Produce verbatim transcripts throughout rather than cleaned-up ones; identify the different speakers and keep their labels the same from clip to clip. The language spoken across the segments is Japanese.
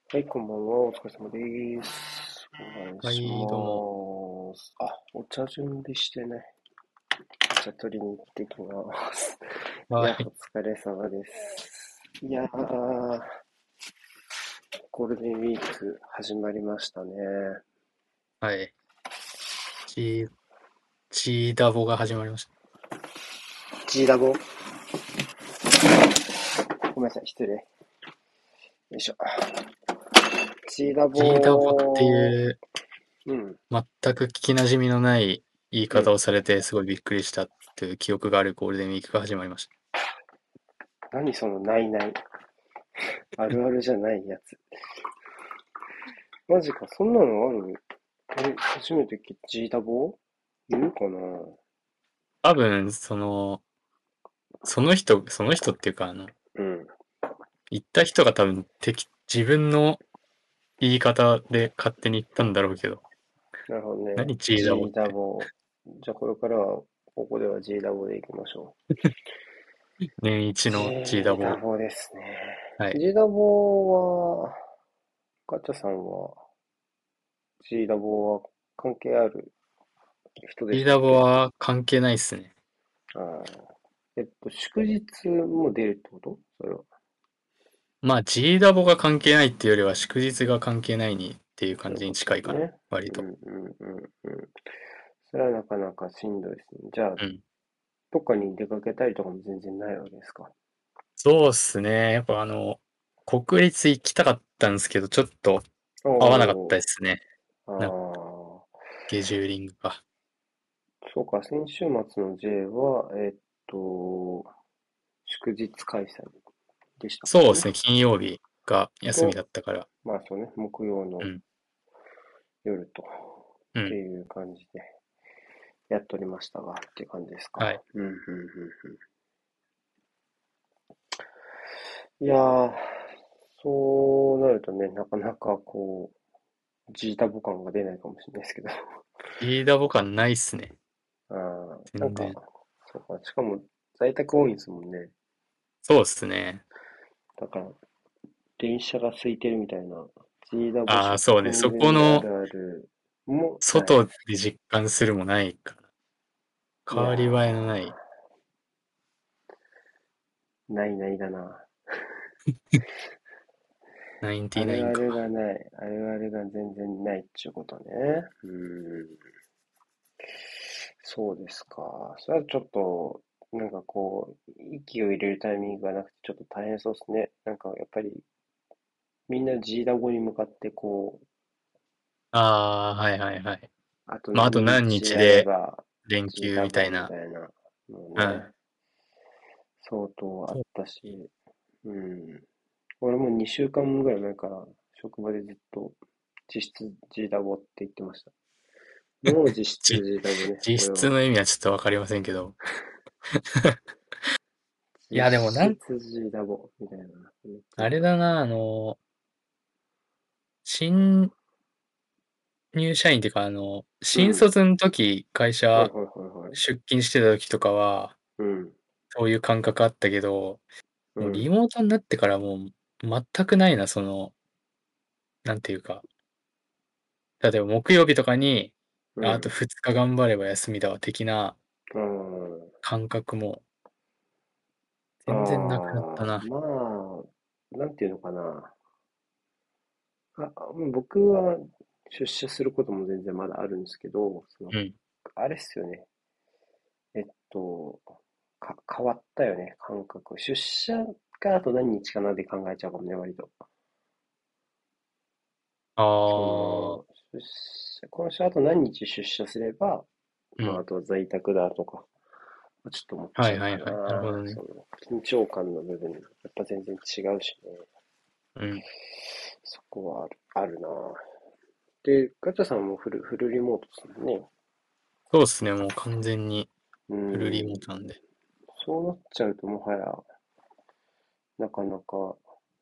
Speaker 1: はい、こんばんは。お疲れ様です。お願いし
Speaker 2: はい、どうも。
Speaker 1: ます。あ、お茶準備してね。お茶取りに行ってきます。いや、お
Speaker 2: はい。
Speaker 1: 疲れ様です。いやー、ゴールデンウィーク始まりましたね。
Speaker 2: はい。チー、チーダボが始まりました。
Speaker 1: ジーダボごめんなさい、失礼。よいしょ。ジーダ
Speaker 2: チーダボって
Speaker 1: ボ
Speaker 2: いう
Speaker 1: うん、
Speaker 2: 全く聞き馴染みのない言い
Speaker 1: うん。
Speaker 2: 方をされてすごいびっくりしたっていう記憶があるゴールデンウィークが始まりまし
Speaker 1: 何そのないない。あるあるじゃないやつ。マジか、そんなのある？え、初めて聞いた。ジーダボいるかな？
Speaker 2: た。多分、その、その人、その人っていうか、あの、
Speaker 1: うん。
Speaker 2: 言った人が多分適、自分の言い方で勝手に言ったんだろうけど、
Speaker 1: なるほどね。
Speaker 2: 何チーダボっ
Speaker 1: G ダ
Speaker 2: て。
Speaker 1: ボ。じゃあこれからは、ここでは G ダボでいきましょ
Speaker 2: 年
Speaker 1: う。
Speaker 2: 一のチーダ
Speaker 1: G ダ
Speaker 2: ボ。
Speaker 1: ボですね。
Speaker 2: はい。
Speaker 1: G ダボは、ガチャさんは、G ダボは関係ある人で
Speaker 2: チーダボ
Speaker 1: したっけ？
Speaker 2: は関係ないっすね。
Speaker 1: あーえっと、祝日も出るってこと？それは。
Speaker 2: まあ、G ダボが関係ないっていうよりは、祝日が関係ないにっていう感じに
Speaker 1: そういうこ
Speaker 2: 近いかな。
Speaker 1: とね。
Speaker 2: 割と。
Speaker 1: うんうんうんうん。それはなかなかしんどいですね。じゃあ、
Speaker 2: うん。
Speaker 1: どっかに出かけたりとかも全然ないわけですか？
Speaker 2: そうっすね。やっぱあの、国立行きたかったんですけど、ちょっと合わなかったで
Speaker 1: お
Speaker 2: すね。
Speaker 1: ー、
Speaker 2: なんか、
Speaker 1: ああ。
Speaker 2: スケジューリングが。
Speaker 1: そうか、先週末の J は、えっと、祝日開催でしたもんね。
Speaker 2: そうですね。金曜日が休みだ
Speaker 1: と、
Speaker 2: ったから。
Speaker 1: まあそうね、木曜の
Speaker 2: うん。
Speaker 1: 夜と、っ
Speaker 2: うん。
Speaker 1: ていう感じでやっておりましたが、っていう感じですか。
Speaker 2: はい。
Speaker 1: うん、うん、うん、うん。いやー、そうなるとね、なかなかこう、ジータボ感が出ないかもしれないですけど。
Speaker 2: G ダボ感ないっすね。
Speaker 1: あーなんか、
Speaker 2: 全然。
Speaker 1: そうか、しかも在宅多いんですもんね。
Speaker 2: そうっすね。
Speaker 1: だから、電車が空いてるみたいな、G ダボ
Speaker 2: ああ、
Speaker 1: 出
Speaker 2: そうね。そこの
Speaker 1: 勤であるあるもない。
Speaker 2: 外で実感するもないから。
Speaker 1: いや
Speaker 2: 変わり映えのない。
Speaker 1: ー、ないないだな。ある
Speaker 2: ナインティナインか。
Speaker 1: あるがない。あるあるが全然ないっちゅうことね。うーん。そうですか。それはちょっと、なんかこう、息を入れるタイミングがなくてちょっと大変そうですね。なんかやっぱり、みんな G ダボに向かってこう、
Speaker 2: ああ、はいはいはい。
Speaker 1: あと
Speaker 2: まあ、あと
Speaker 1: 何
Speaker 2: 何
Speaker 1: 日やれ
Speaker 2: 日で
Speaker 1: ば
Speaker 2: 連
Speaker 1: G
Speaker 2: 休
Speaker 1: ダボみ
Speaker 2: みたいな。
Speaker 1: たいなのね、
Speaker 2: うん。
Speaker 1: 相当あっ
Speaker 2: そう。
Speaker 1: たし、うん。俺もにしゅうかんぐらい前から職場でずっと実質 G ダボって言ってました。もう実質
Speaker 2: じ
Speaker 1: G ダボね、
Speaker 2: 実
Speaker 1: 俺は。
Speaker 2: 質の意味はちょっとわかりませんけど。い
Speaker 1: 実
Speaker 2: や、でもなん、
Speaker 1: 質 G ダボみたいな思って
Speaker 2: あ
Speaker 1: るから。
Speaker 2: れだな、あの、新入社員っていうか、あの、
Speaker 1: うん。
Speaker 2: 新卒の時、会社
Speaker 1: はいはいはいはい。
Speaker 2: 出勤してた時とかは、
Speaker 1: うん。
Speaker 2: そういう感覚あったけど、もうリ
Speaker 1: うん。
Speaker 2: モートになってからもう全くないな、その、なんていうか、例えば木曜日とかに、ああと
Speaker 1: うん。
Speaker 2: ふつか頑張れば休みだわ、的な
Speaker 1: あー
Speaker 2: 感覚も
Speaker 1: あ
Speaker 2: 全然なくなった
Speaker 1: ー、
Speaker 2: な。
Speaker 1: まあ、なんていうのかな。あ、僕は出社することも全然まだあるんですけど、その、
Speaker 2: うん。
Speaker 1: あれっすよね。えっと、か、変わったよね、感覚。出社があと何日かなで考えちゃうかもね、割と。
Speaker 2: あ
Speaker 1: そ
Speaker 2: あ、
Speaker 1: の、出社、今週あと何日出社すれば、まあ、
Speaker 2: うん。
Speaker 1: あとは在宅だとか、ちょっと思っ
Speaker 2: は
Speaker 1: ちゃうか
Speaker 2: いはいはい。なるほ
Speaker 1: な。
Speaker 2: どね。
Speaker 1: その、緊張感の部分、やっぱ全然違うしね。
Speaker 2: うん。
Speaker 1: そこはある、あるな。で、ガチャさんもフル、フルリモートですもんね。
Speaker 2: そうっすね、もう完全に
Speaker 1: う
Speaker 2: フルリモ
Speaker 1: ん。
Speaker 2: ートなんで。
Speaker 1: そうなっちゃうと、もはや、なかなか、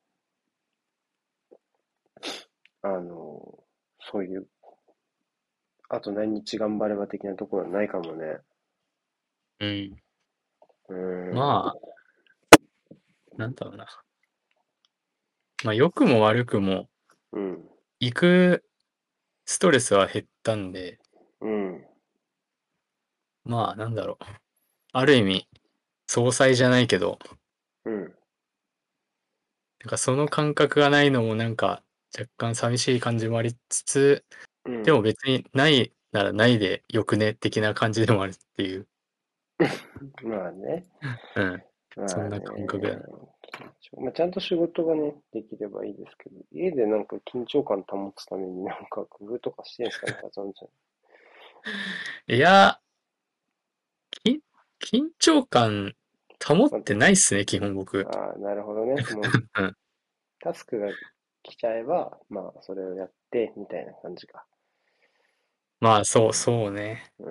Speaker 1: あの、そういう、あと何日頑張れば的なところはないかもね。
Speaker 2: うん。
Speaker 1: うーん。
Speaker 2: まあ、なんだろうな。まあ、良くも悪くも、
Speaker 1: うん。
Speaker 2: 行くストレスは減ったんで、
Speaker 1: うん。
Speaker 2: まあなんだろう。ある意味、総裁じゃないけど、
Speaker 1: うん。
Speaker 2: なんかその感覚がないのもなんか若干寂しい感じもありつつ、
Speaker 1: うん。
Speaker 2: でも別にないならないでよくね的な感じでもあるっていう、
Speaker 1: まあね。
Speaker 2: うん。そ
Speaker 1: まあね。
Speaker 2: んな感覚だね。
Speaker 1: 緊張まあ、ちゃんと仕事がね、できればいいですけど、家でなんか緊張感保つためになんか工夫とかしてんすかね、発音ちゃん。
Speaker 2: いや、緊緊張感保っ
Speaker 1: ま
Speaker 2: てないっすね、基本僕。
Speaker 1: あ、あーなるほどね。もう、
Speaker 2: うん。
Speaker 1: タスクが来ちゃえば、まあ、それをやって、みたいな感じか。
Speaker 2: まあそうそうね。
Speaker 1: うん。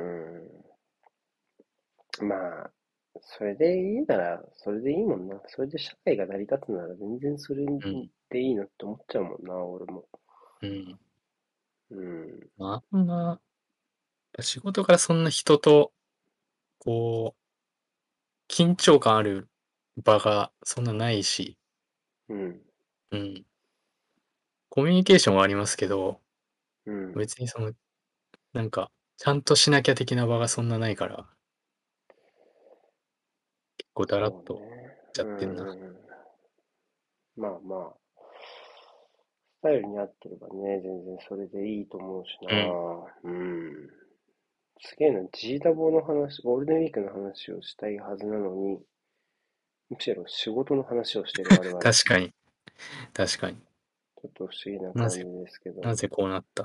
Speaker 1: まあ、それでいいなら、それでいいもんな。それで社会が成り立つなら全然それ
Speaker 2: うん。
Speaker 1: でいいのって思っちゃうもんな、俺も。
Speaker 2: うん。
Speaker 1: うん。
Speaker 2: まああんま、仕事からそんな人と、こう、緊張感ある場がそんなないし、
Speaker 1: うん。
Speaker 2: うん。コミュニケーションはありますけど、
Speaker 1: うん。
Speaker 2: 別にその、なんか、ちゃんとしなきゃ的な場がそんなないから、結構だらっと
Speaker 1: そうね。
Speaker 2: しちゃ
Speaker 1: う
Speaker 2: ってんな。
Speaker 1: ん。まあまあ、スタイルに合ってればね、全然それでいいと思うし
Speaker 2: うん。
Speaker 1: な。うん。すげえな、G ダボの話、ゴールデンウィークの話をしたいはずなのに、むしろ仕事の話をしてる我々。ち
Speaker 2: 確かに、確かに。
Speaker 1: ょっと不思議な
Speaker 2: なぜ、
Speaker 1: 感じですけど。
Speaker 2: なぜこうなった？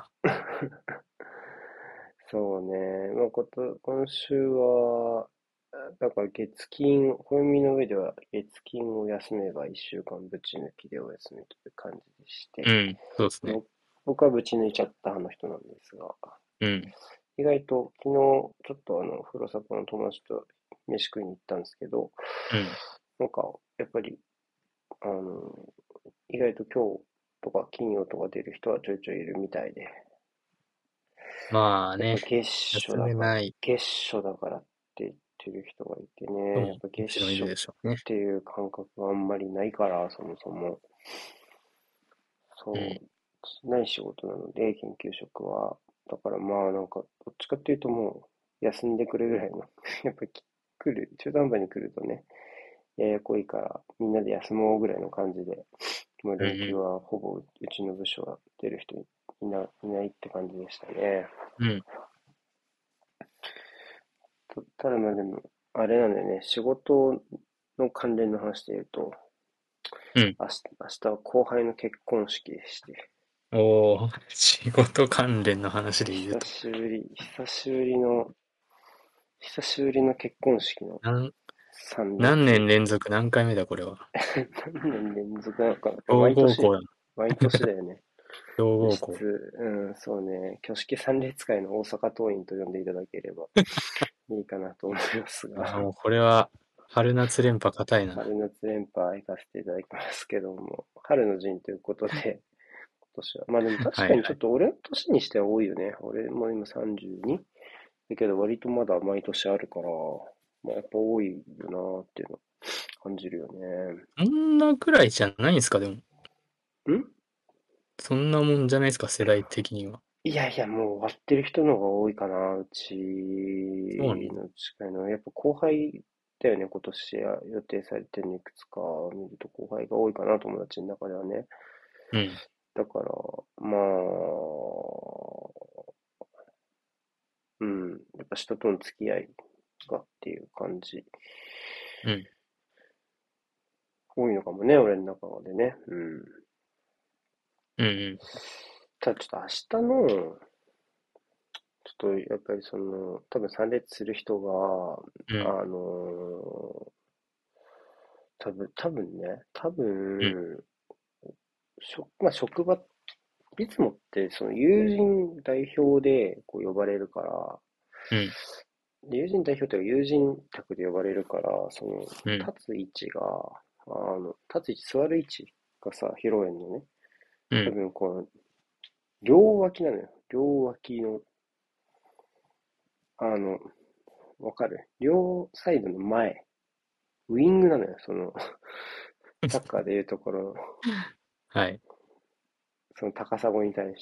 Speaker 1: そうね。まあ、こと、今週は、だから月金、暦の上では月金を休めばいっしゅうかんぶち抜きでお休みという感じでして、
Speaker 2: うん、そうですね。
Speaker 1: ぼ僕はぶち抜いちゃった派の人なんですが、
Speaker 2: うん、
Speaker 1: 意外と昨日ちょっとあの、風呂サポの友達と飯食いに行ったんですけど、
Speaker 2: うん。
Speaker 1: なんか、やっぱり、あの、意外と今日とか金曜とか出る人はちょいちょいいるみたいで、
Speaker 2: まあね、
Speaker 1: やっぱ月初
Speaker 2: 休
Speaker 1: だから、
Speaker 2: めない
Speaker 1: 月初だからって言ってる人がいてね、やっ
Speaker 2: 人も
Speaker 1: ぱ月
Speaker 2: もちろんいる
Speaker 1: 初っ
Speaker 2: でしょうね。
Speaker 1: ていう感覚があんまりないから、そもそも。
Speaker 2: うん、
Speaker 1: そう、ない仕事なので、研究職は。だからまあなんか、どっちかっていうともう、休んでくれぐらいのやっぱき来る、中途半端に来るとね、ややこいから、みんなで休もうぐらいの感じで、もう
Speaker 2: うん、
Speaker 1: 連休はほぼうちの部署は出る人いな、いないって感じでしたね。
Speaker 2: うん、
Speaker 1: とただまあでも、あれなんだよね、仕事の関連の話で言うと、
Speaker 2: うん。
Speaker 1: 明日、明日は後輩の結婚式でして、
Speaker 2: おー、仕事関連の話で言う
Speaker 1: 久
Speaker 2: と、
Speaker 1: しぶり、久しぶりの、久しぶりの結婚式の
Speaker 2: 何、
Speaker 1: 参
Speaker 2: 何年
Speaker 1: 列。
Speaker 2: 連続何回目だ、これは。
Speaker 1: 何年連続なのかな。まあ、
Speaker 2: 強
Speaker 1: 毎年、
Speaker 2: 豪校だ。
Speaker 1: 毎年だよね。
Speaker 2: 強豪校。
Speaker 1: 実質、うん、そうね、挙式参列会の大阪桐蔭と呼んでいただければいいかなと思いますが、
Speaker 2: あもうこれは、春夏連覇硬いな。
Speaker 1: 春夏連覇行かせていただきますけども、春の陣ということで、今年は。まあでも確かにちょっ
Speaker 2: はいはい。
Speaker 1: と俺の年にしては多いよね。俺も今さんじゅうに？だけど割とまだ毎年あるから、まあやっぱ多いよなーっていうの感じるよね。
Speaker 2: そんなくらいじゃないんですか、でも。
Speaker 1: ん
Speaker 2: そんなもんじゃないですか、世代的には。
Speaker 1: いやいや、もう終わってる人の方が多いかな、うち
Speaker 2: そうなの？
Speaker 1: の近いのは。やっぱ後輩だよね、今年予定されてるのいくつか見ると後輩が多いかな、友達の中ではね。
Speaker 2: うん、
Speaker 1: だから、まあ、うん、やっぱ人との付き合いがっていう感じ、
Speaker 2: うん、
Speaker 1: 多いのかもね、俺の中でね。うん。
Speaker 2: うん、うん、
Speaker 1: ただちょっと明日の、ちょっとやっぱりその、多分参列する人が、
Speaker 2: うん、
Speaker 1: あの多分、多分ね、多
Speaker 2: うん、
Speaker 1: 分、しょ、まあ、職場、いつもってその友人代表でこう呼ばれるから、
Speaker 2: うん、
Speaker 1: で友人代表というか友人宅で呼ばれるから、その、
Speaker 2: うん、
Speaker 1: 立つ位置が、あの、立つ位置、座る位置がさ、披露宴のね、多
Speaker 2: うん。
Speaker 1: 分この、両脇なのよ。両脇の、あの、わかる両サイドの前、ウィングなのよ。その、サッカーでいうところ、
Speaker 2: はい。
Speaker 1: その高砂に対して、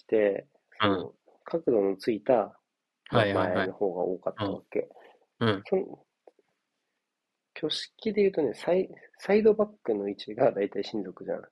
Speaker 2: うん。
Speaker 1: その角度のついた、まあ、
Speaker 2: はいはいはい。
Speaker 1: 前の方が多かっ
Speaker 2: うん。
Speaker 1: たわけ。
Speaker 2: うん。
Speaker 1: その挙式で言うとね、サイ、サイドバックの位置が大体親族じゃん。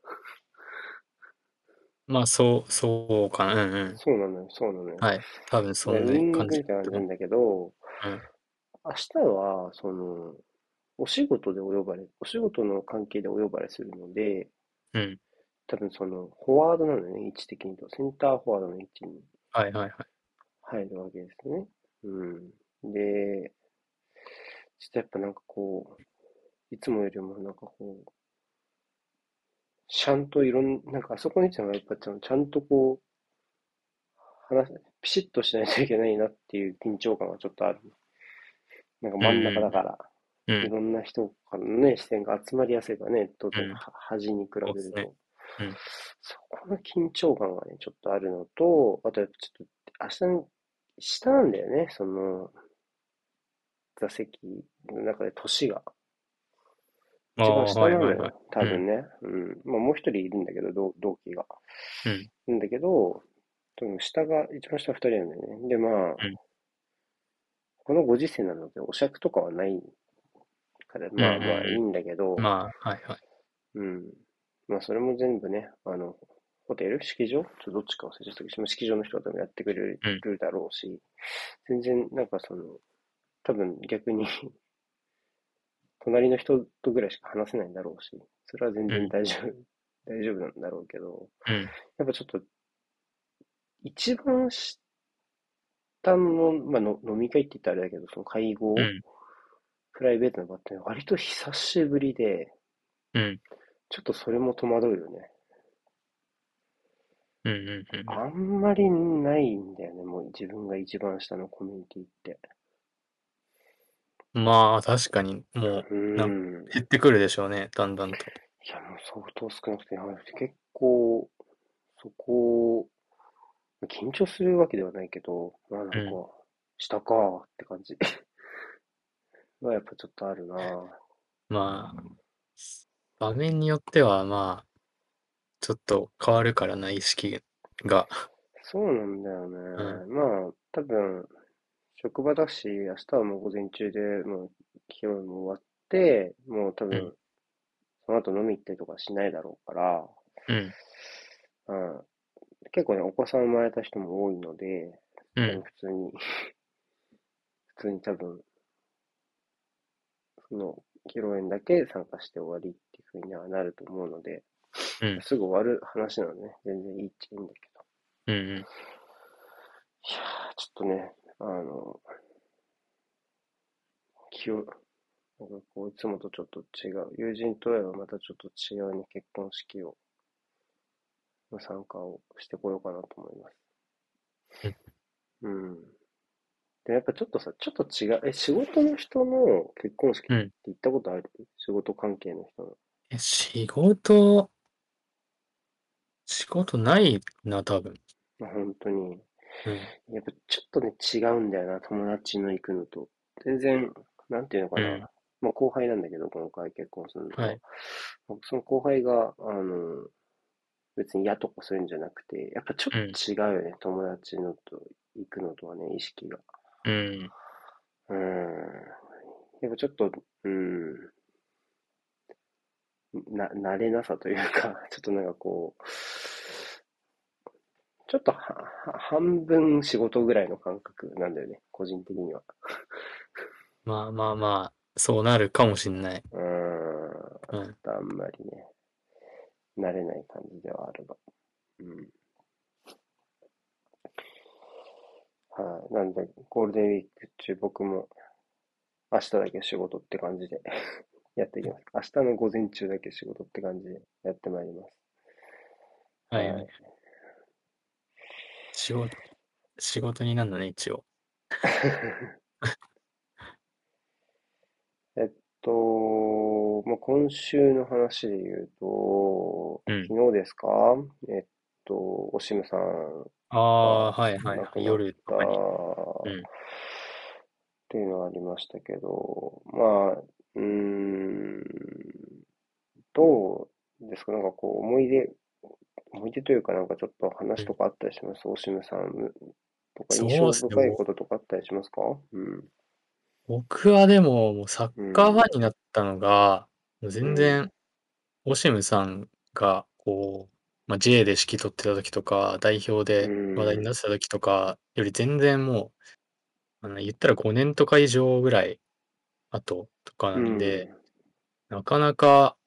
Speaker 2: まあ、そう、そうかな。うんうん。
Speaker 1: そうなのよ、そうなのよ。
Speaker 2: はい。多分そ
Speaker 1: でウィ
Speaker 2: んな感
Speaker 1: ングみたいな
Speaker 2: じだと思う。
Speaker 1: 感じなんだけど、
Speaker 2: うん。
Speaker 1: 明日は、その、お仕事でお呼ばれ、お仕事の関係でお呼ばれするので、
Speaker 2: うん。
Speaker 1: 多分その、フォワードなのよね、位置的にと。センターフォワードの位置に
Speaker 2: はいはいはい。
Speaker 1: 入るわけですね。うん。で、ちょっとやっぱなんかこう、いつもよりもなんかこう、ちゃんといろん、なんかあそこにいつもやっぱちゃんちゃんとこう、話、ピシッとしないといけないなっていう緊張感がちょっとある。なんか
Speaker 2: うん
Speaker 1: 真ん中だ
Speaker 2: うん
Speaker 1: から、
Speaker 2: うん。うん。
Speaker 1: いろんな人からのね、視線が集まりやすいからね、当然、
Speaker 2: うん。
Speaker 1: は端に比べ
Speaker 2: そうですね。
Speaker 1: ると。
Speaker 2: うん。
Speaker 1: そこの緊張感がね、ちょっとあるのと、あとやっぱちょっと、明日の下なんだよね、その、座席の中で年が。一番
Speaker 2: ああ、はいはいはい。
Speaker 1: 下なのよ、多
Speaker 2: うん。
Speaker 1: 分ね。うん。まあもう一人いるんだけど、同同期が。
Speaker 2: うん。
Speaker 1: なんだけど、多分下が、一番下二人なんだよね。で、まあ、
Speaker 2: うん。
Speaker 1: このご時世なので、お酌とかはないから、
Speaker 2: うんう
Speaker 1: まあまあいい
Speaker 2: ん
Speaker 1: んだけ
Speaker 2: うん。
Speaker 1: ど、
Speaker 2: まあ、はいはい。
Speaker 1: うん。まあそれも全部ね、あの、ホテル式場ちょっとどっちか忘れちゃったけど、式場の人が多分やってくれ
Speaker 2: うん。
Speaker 1: るだろうし、全然なんかその、多分逆に隣の人とぐらいしか話せないんだろうし、それは全
Speaker 2: うん。
Speaker 1: 然大丈夫、大丈夫なんだろうけど、
Speaker 2: うん。
Speaker 1: やっぱちょっと一番下の、まあの飲み会って言ったらあれだけど、その会合、
Speaker 2: うん。
Speaker 1: プライベートな場って割と久しぶりで、
Speaker 2: うん。
Speaker 1: ちょっとそれも戸惑うよね。
Speaker 2: うん。うん。うん。
Speaker 1: あんまりないんだよね、もう自分が一番下のコミュニティって。
Speaker 2: まあ、確かに、もう、
Speaker 1: うー
Speaker 2: なん
Speaker 1: ん。
Speaker 2: 減ってくるでしょうね、だんだんと。
Speaker 1: いや、もう相当少なくて、結構、そこ、緊張するわけではないけど、まあなんか、
Speaker 2: うん。
Speaker 1: 下かーって感じはやっぱちょっとあるなぁ。
Speaker 2: まあ、場面によっては、まあ、ちょっと変わるからな、意識が。
Speaker 1: そうなんだよ
Speaker 2: うん。
Speaker 1: ね。まあ、多分、職場だし、明日はもう午前中でもう、勤務も終わって、もう多
Speaker 2: うん。
Speaker 1: 分、その後飲み行ったりとかしないだろうから、
Speaker 2: うん。
Speaker 1: うん、結構ね、お子さん生まれた人も多いので、多分
Speaker 2: うん。
Speaker 1: 普通に、普通に多分、その、披露宴だけ参加して終わりっていう風にはなると思うので、
Speaker 2: うん。
Speaker 1: すぐ終わる話なのね。全然いいっちゃいいんだけど。
Speaker 2: うん。
Speaker 1: いやー、ちょっとね、あの、気を、なんかこう、いつもとちょっと違う。友人とはまたちょっと違うね、結婚式を、の参加をしてこようかなと思います。
Speaker 2: うん。
Speaker 1: うん。で、やっぱちょっとさ、ちょっと違う。え、仕事の人の結婚式って
Speaker 2: うん。
Speaker 1: 行ったことある？仕事関係の人の。
Speaker 2: え、仕事仕事ないな、多分。
Speaker 1: まあ、本当に。
Speaker 2: うん。
Speaker 1: やっぱちょっとね、違うんだよな、友達の行くのと。全然、なんていうのかな。
Speaker 2: うん。
Speaker 1: まあ後輩なんだけど、今回結婚するのは。
Speaker 2: はい。
Speaker 1: 僕その後輩が、あの、別に嫌とかそういうんじゃなくて、やっぱちょ
Speaker 2: うん。
Speaker 1: っと違うよね、友達のと行くのとはね、意識が。
Speaker 2: うん。
Speaker 1: うーん。やっぱちょっと、うーん、な、慣れなさというか、ちょっとなんかこう、ちょっとは、は半分仕事ぐらいの感覚なんだよね、個人的には。
Speaker 2: まあまあまあ、そうなるかもしんない。
Speaker 1: うーん、ちょ
Speaker 2: うん。
Speaker 1: っとあんまりね、慣れない感じではあるが。うん。はい。なんで、ゴールデンウィーク中僕も明日だけ仕事って感じでやっていきます。明日の午前中だけ仕事って感じでやってまいります。
Speaker 2: はいはい。
Speaker 1: はい。
Speaker 2: 仕事、仕事になるのね、一応。
Speaker 1: えっと、まあ、今週の話で言うと、
Speaker 2: うん。
Speaker 1: 昨日ですか？えっと、オシムさん
Speaker 2: ああ、
Speaker 1: が
Speaker 2: はいはいはい。
Speaker 1: 亡くなった
Speaker 2: 夜とかに。う
Speaker 1: っ
Speaker 2: ん。
Speaker 1: ていうのはありましたけど、まあ、うーん、どうですか？なんかこう、思い出、 思い出というかなんかちょっと
Speaker 2: うん。
Speaker 1: 話とかあったりしますオシムさんとか印象
Speaker 2: そうですね。
Speaker 1: 深いこととかあったりしますか？うん。
Speaker 2: 僕はでも、もうサッカーファ
Speaker 1: うん。
Speaker 2: ンになったのが、もう
Speaker 1: うん。
Speaker 2: 全然、オシムさんが、こう、まあ、ジェイ で指揮取ってた時とか、代表
Speaker 1: う
Speaker 2: で話題になっ
Speaker 1: ん。
Speaker 2: てた時とかより全然もう、あの、言ったらごねんとか以上ぐらい後とか
Speaker 1: う
Speaker 2: なんで、
Speaker 1: ん。
Speaker 2: なかなか、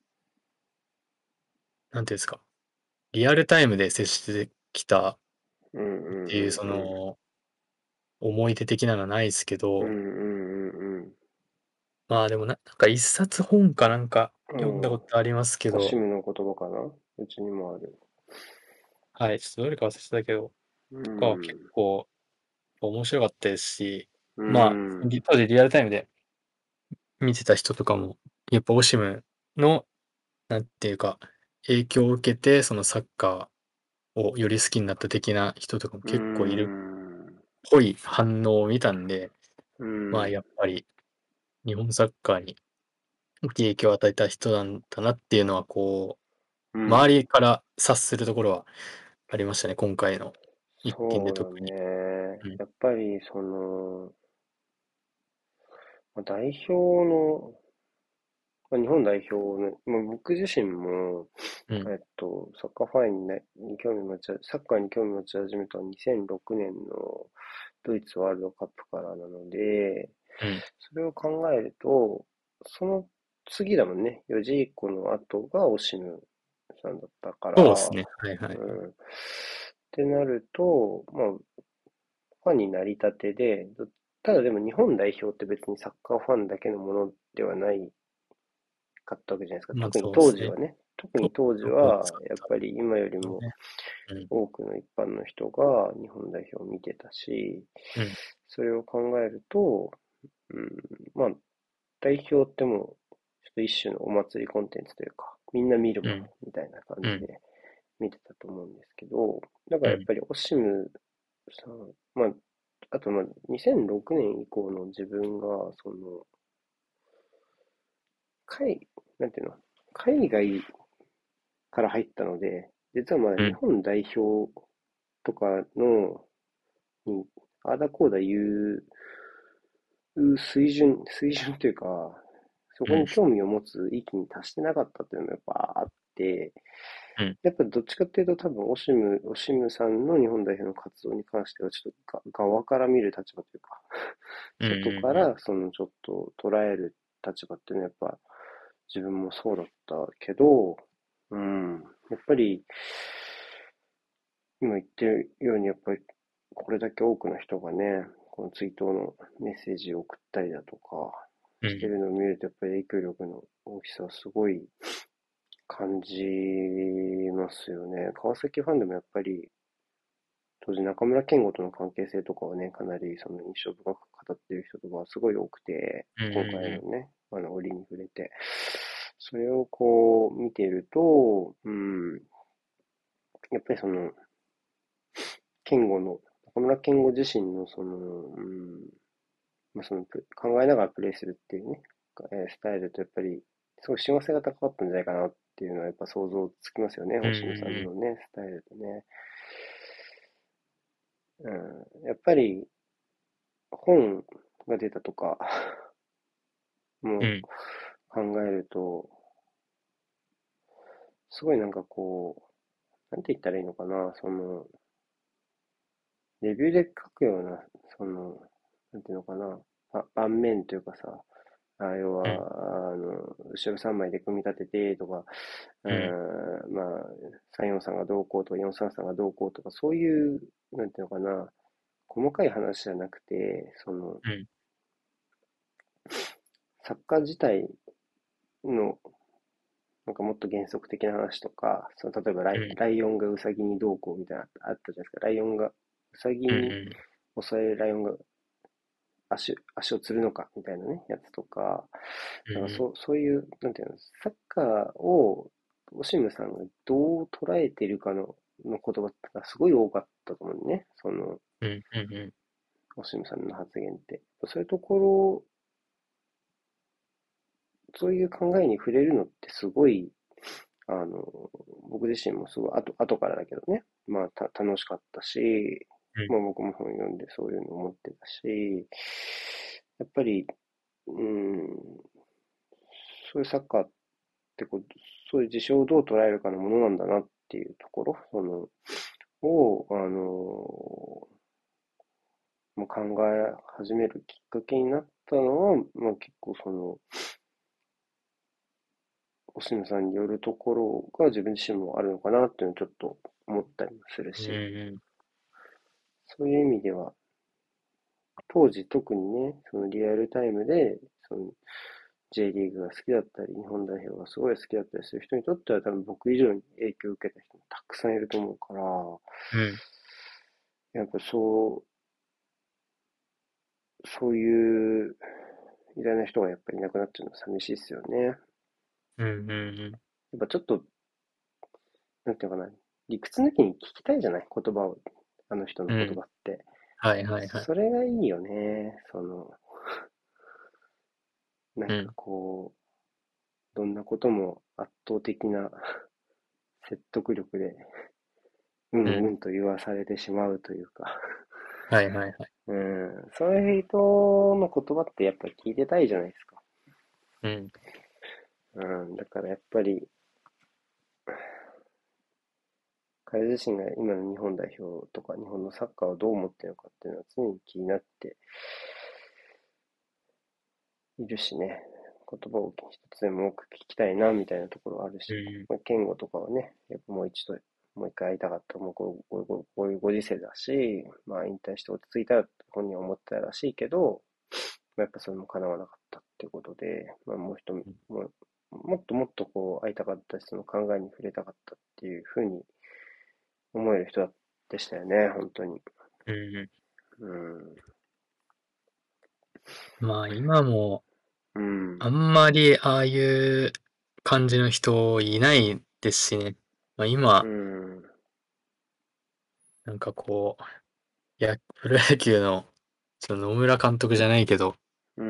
Speaker 2: なんていうんですか、リアルタイムで接してきたっ
Speaker 1: うん。
Speaker 2: ていう、その、思い出的なのはないですけ
Speaker 1: うん。う
Speaker 2: ど、
Speaker 1: ん。うん。
Speaker 2: まあでもな、なんか一冊本かなんか
Speaker 1: うん。
Speaker 2: 読んだことありますけど、
Speaker 1: オシムの言葉かな。うちにもある。
Speaker 2: はい、ちょっとどれか忘れてたけど、
Speaker 1: う
Speaker 2: とかは結
Speaker 1: ん。
Speaker 2: 構面白かったですし、
Speaker 1: う
Speaker 2: まあ、
Speaker 1: ん。
Speaker 2: リ当時リアルタイムで見てた人とかも、やっぱオシムの、なんていうか、影響を受けて、そのサッカーをより好きになった的な人とかも
Speaker 1: う
Speaker 2: 結構いるっ
Speaker 1: ん。
Speaker 2: ぽい反応を見たんで、
Speaker 1: う
Speaker 2: まあ
Speaker 1: ん。
Speaker 2: やっぱり日本サッカーに大きい影響を与えた人なんだなっていうのは、こう、
Speaker 1: うん。
Speaker 2: 周りから察するところはありましたね、今回の一件で
Speaker 1: そうだ
Speaker 2: 特に。
Speaker 1: ね。
Speaker 2: うん。
Speaker 1: やっぱり、その、まあ代表の、まあ、日本代表の、まあ、僕自身も、
Speaker 2: うん。
Speaker 1: えっと、サッカーファンに、ね、に興味持ち、サッカーに興味持ち始めたのはにせんろくねんのドイツワールドカップからなので、
Speaker 2: うん。
Speaker 1: それを考えると、その次だもんね。よじ以降の後がオシムさんだったから、
Speaker 2: そうですね。はいはい。
Speaker 1: うん。ってなると、まあ、ファンになりたてで、どただでも日本代表って別にサッカーファンだけのものではないかったわけじゃないですか。
Speaker 2: まあ
Speaker 1: 特に
Speaker 2: そうですね。
Speaker 1: 当時はね。特
Speaker 2: と、
Speaker 1: に当時
Speaker 2: どこで
Speaker 1: は、
Speaker 2: 使っ
Speaker 1: やっぱり今よりも
Speaker 2: たのね。うん。
Speaker 1: 多くの一般の人が日本代表を見てたし、
Speaker 2: うん。
Speaker 1: それを考えると、うん、まあ、代表ってもう、ちょっと一種のお祭りコンテンツというか、みんな見るもの
Speaker 2: うん。
Speaker 1: みたいな感
Speaker 2: うん。
Speaker 1: じで見てたと思うんですけど、だか
Speaker 2: うん。
Speaker 1: らやっぱりオシムさん、まあ、あとまあにせんろくねん以降の自分が、その、海、なんていうの、海外から入ったので、実はまだ日
Speaker 2: うん。
Speaker 1: 本代表とかの、に、ああだこうだ言う水準、水準というか、そこ
Speaker 2: うん。
Speaker 1: に興味を持つ域に達してなかったっていうのもやっぱあって、
Speaker 2: うん。
Speaker 1: やっぱどっちかっていうと多分オシム、オシムさんの日本代表の活動に関してはちょっとが側から見る立場というか、
Speaker 2: うん。
Speaker 1: 外か
Speaker 2: うん。
Speaker 1: らそのちょっと捉える立場っていうのはやっぱ自分もそうだったけど、うん、やっぱり今言ってるようにやっぱりこれだけ多くの人がね、この追悼のメッセージを送ったりだとか
Speaker 2: うん。
Speaker 1: してるのを見るとやっぱり影響力の大きさはすごい感じますよね。川崎ファンでもやっぱり当時中村健吾との関係性とかをね、かなりその印象深く語っている人とかはすごい多くて、
Speaker 2: うん。
Speaker 1: 今回
Speaker 2: うん。
Speaker 1: のね、あの折に触れて、それをこう見ていると、うん、やっぱりその、健吾の、中村健吾自身のその、うん、まあ、その考えながらプレイするっていうね、えースタイルとやっぱり、すごい親和性が高かったんじゃないかなっていうのはやっぱ想像つきますよね、
Speaker 2: うん。
Speaker 1: 星野さん
Speaker 2: うん。
Speaker 1: のね、スタイルでね。うん、やっぱり本が出たとかも
Speaker 2: うん。
Speaker 1: 考えると、すごいなんかこう、なんて言ったらいいのかな、その、レビューで書くような、その、なんていうのかな、ば盤面というかさ、あ要
Speaker 2: うん。
Speaker 1: は、あの、後ろさんまいで組み立ててとか、う
Speaker 2: うん。
Speaker 1: ん、まあ、さんよんさんがどうこうとか、よんさんさんがどうこうとか、そういう、なんていうのかな、細かい話じゃなくて、その、
Speaker 2: うん。
Speaker 1: サッカー自体の、なんかもっと原則的な話とか、その例えばライ、
Speaker 2: うん。
Speaker 1: ライオンがウサギにどうこうみたいなのあったじゃないですか。ライオンが、ウサギ
Speaker 2: うん。
Speaker 1: に
Speaker 2: うん。
Speaker 1: 襲われるライオンが足、足をつるのかみたいなね、やつとか、
Speaker 2: うん。
Speaker 1: なんかそう、そういう、なんていうの、サッカーを、オシムさんがどう捉えているかの、の言葉がすごい多かったと思うね。その、
Speaker 2: うん。うん。
Speaker 1: オシムさんの発言って。そういうところ、そういう考えに触れるのってすごい、 あの、僕自身もすごい後、後からだけどね、まあ、た、楽しかったし、
Speaker 2: うん、
Speaker 1: まあ僕も本読んでそういうの思ってたし、やっぱり、うん、そういうサッカーってこう、そういう事象をどう捉えるかのものなんだなっていうところ、その、を、あの、もう考え始めるきっかけになったのは、まあ結構その、おしのさんによるところが自分自身もあるのかなっていうのをちょっと思ったりもする
Speaker 2: うん、
Speaker 1: し、
Speaker 2: うん、
Speaker 1: そういう意味では、当時特にね、そのリアルタイムで、その J リーグが好きだったり、日本代表がすごい好きだったりする人にとっては多分僕以上に影響を受けた人もたくさんいると思うから、
Speaker 2: うん、
Speaker 1: やっぱそう、そういう偉大な人がやっぱりいなくなっちゃうのは寂しいですよね。やっ
Speaker 2: うん、うん、
Speaker 1: ぱちょっと、なんていうのかな、理屈抜きに聞きたいじゃない言葉を、あの人の言
Speaker 2: うん。
Speaker 1: 葉って。
Speaker 2: はいはいはい。
Speaker 1: それがいいよね。その、なんか
Speaker 2: うん、
Speaker 1: こう、どんなことも圧倒的な説得力で、う
Speaker 2: うん。
Speaker 1: んうんと言わされてしまうというか、
Speaker 2: はいはいはい。
Speaker 1: うん、そういう人の言葉ってやっぱり聞いてたいじゃないですか。
Speaker 2: うん、
Speaker 1: うん、だからやっぱり、彼自身が今の日本代表とか日本のサッカーをどう思ってるのかっていうのは常に気になっているしね、言葉を一つでも多く聞きたいなみたいなところはあるし、
Speaker 2: うん、
Speaker 1: まあ、健吾とかはね、やっぱもう一度、もう一回会いたかった、もうこうこうこうこういうご時世だし、まあ引退して落ち着いたら本人は思ってたらしいけど、まあ、やっぱそれも叶わなかったっていうことで、まあもう一人、もうもっともっとこう会いたかったし、その考えに触れたかったっていうふうに思える人でしたよね、本当に。
Speaker 2: うん。
Speaker 1: うん。
Speaker 2: まあ今も
Speaker 1: うん。
Speaker 2: あんまりああいう感じの人いないですしね。まあ
Speaker 1: う
Speaker 2: 今、
Speaker 1: ん。
Speaker 2: なんかこう、や、プロ野球の、その野村監督じゃないけど、
Speaker 1: うん。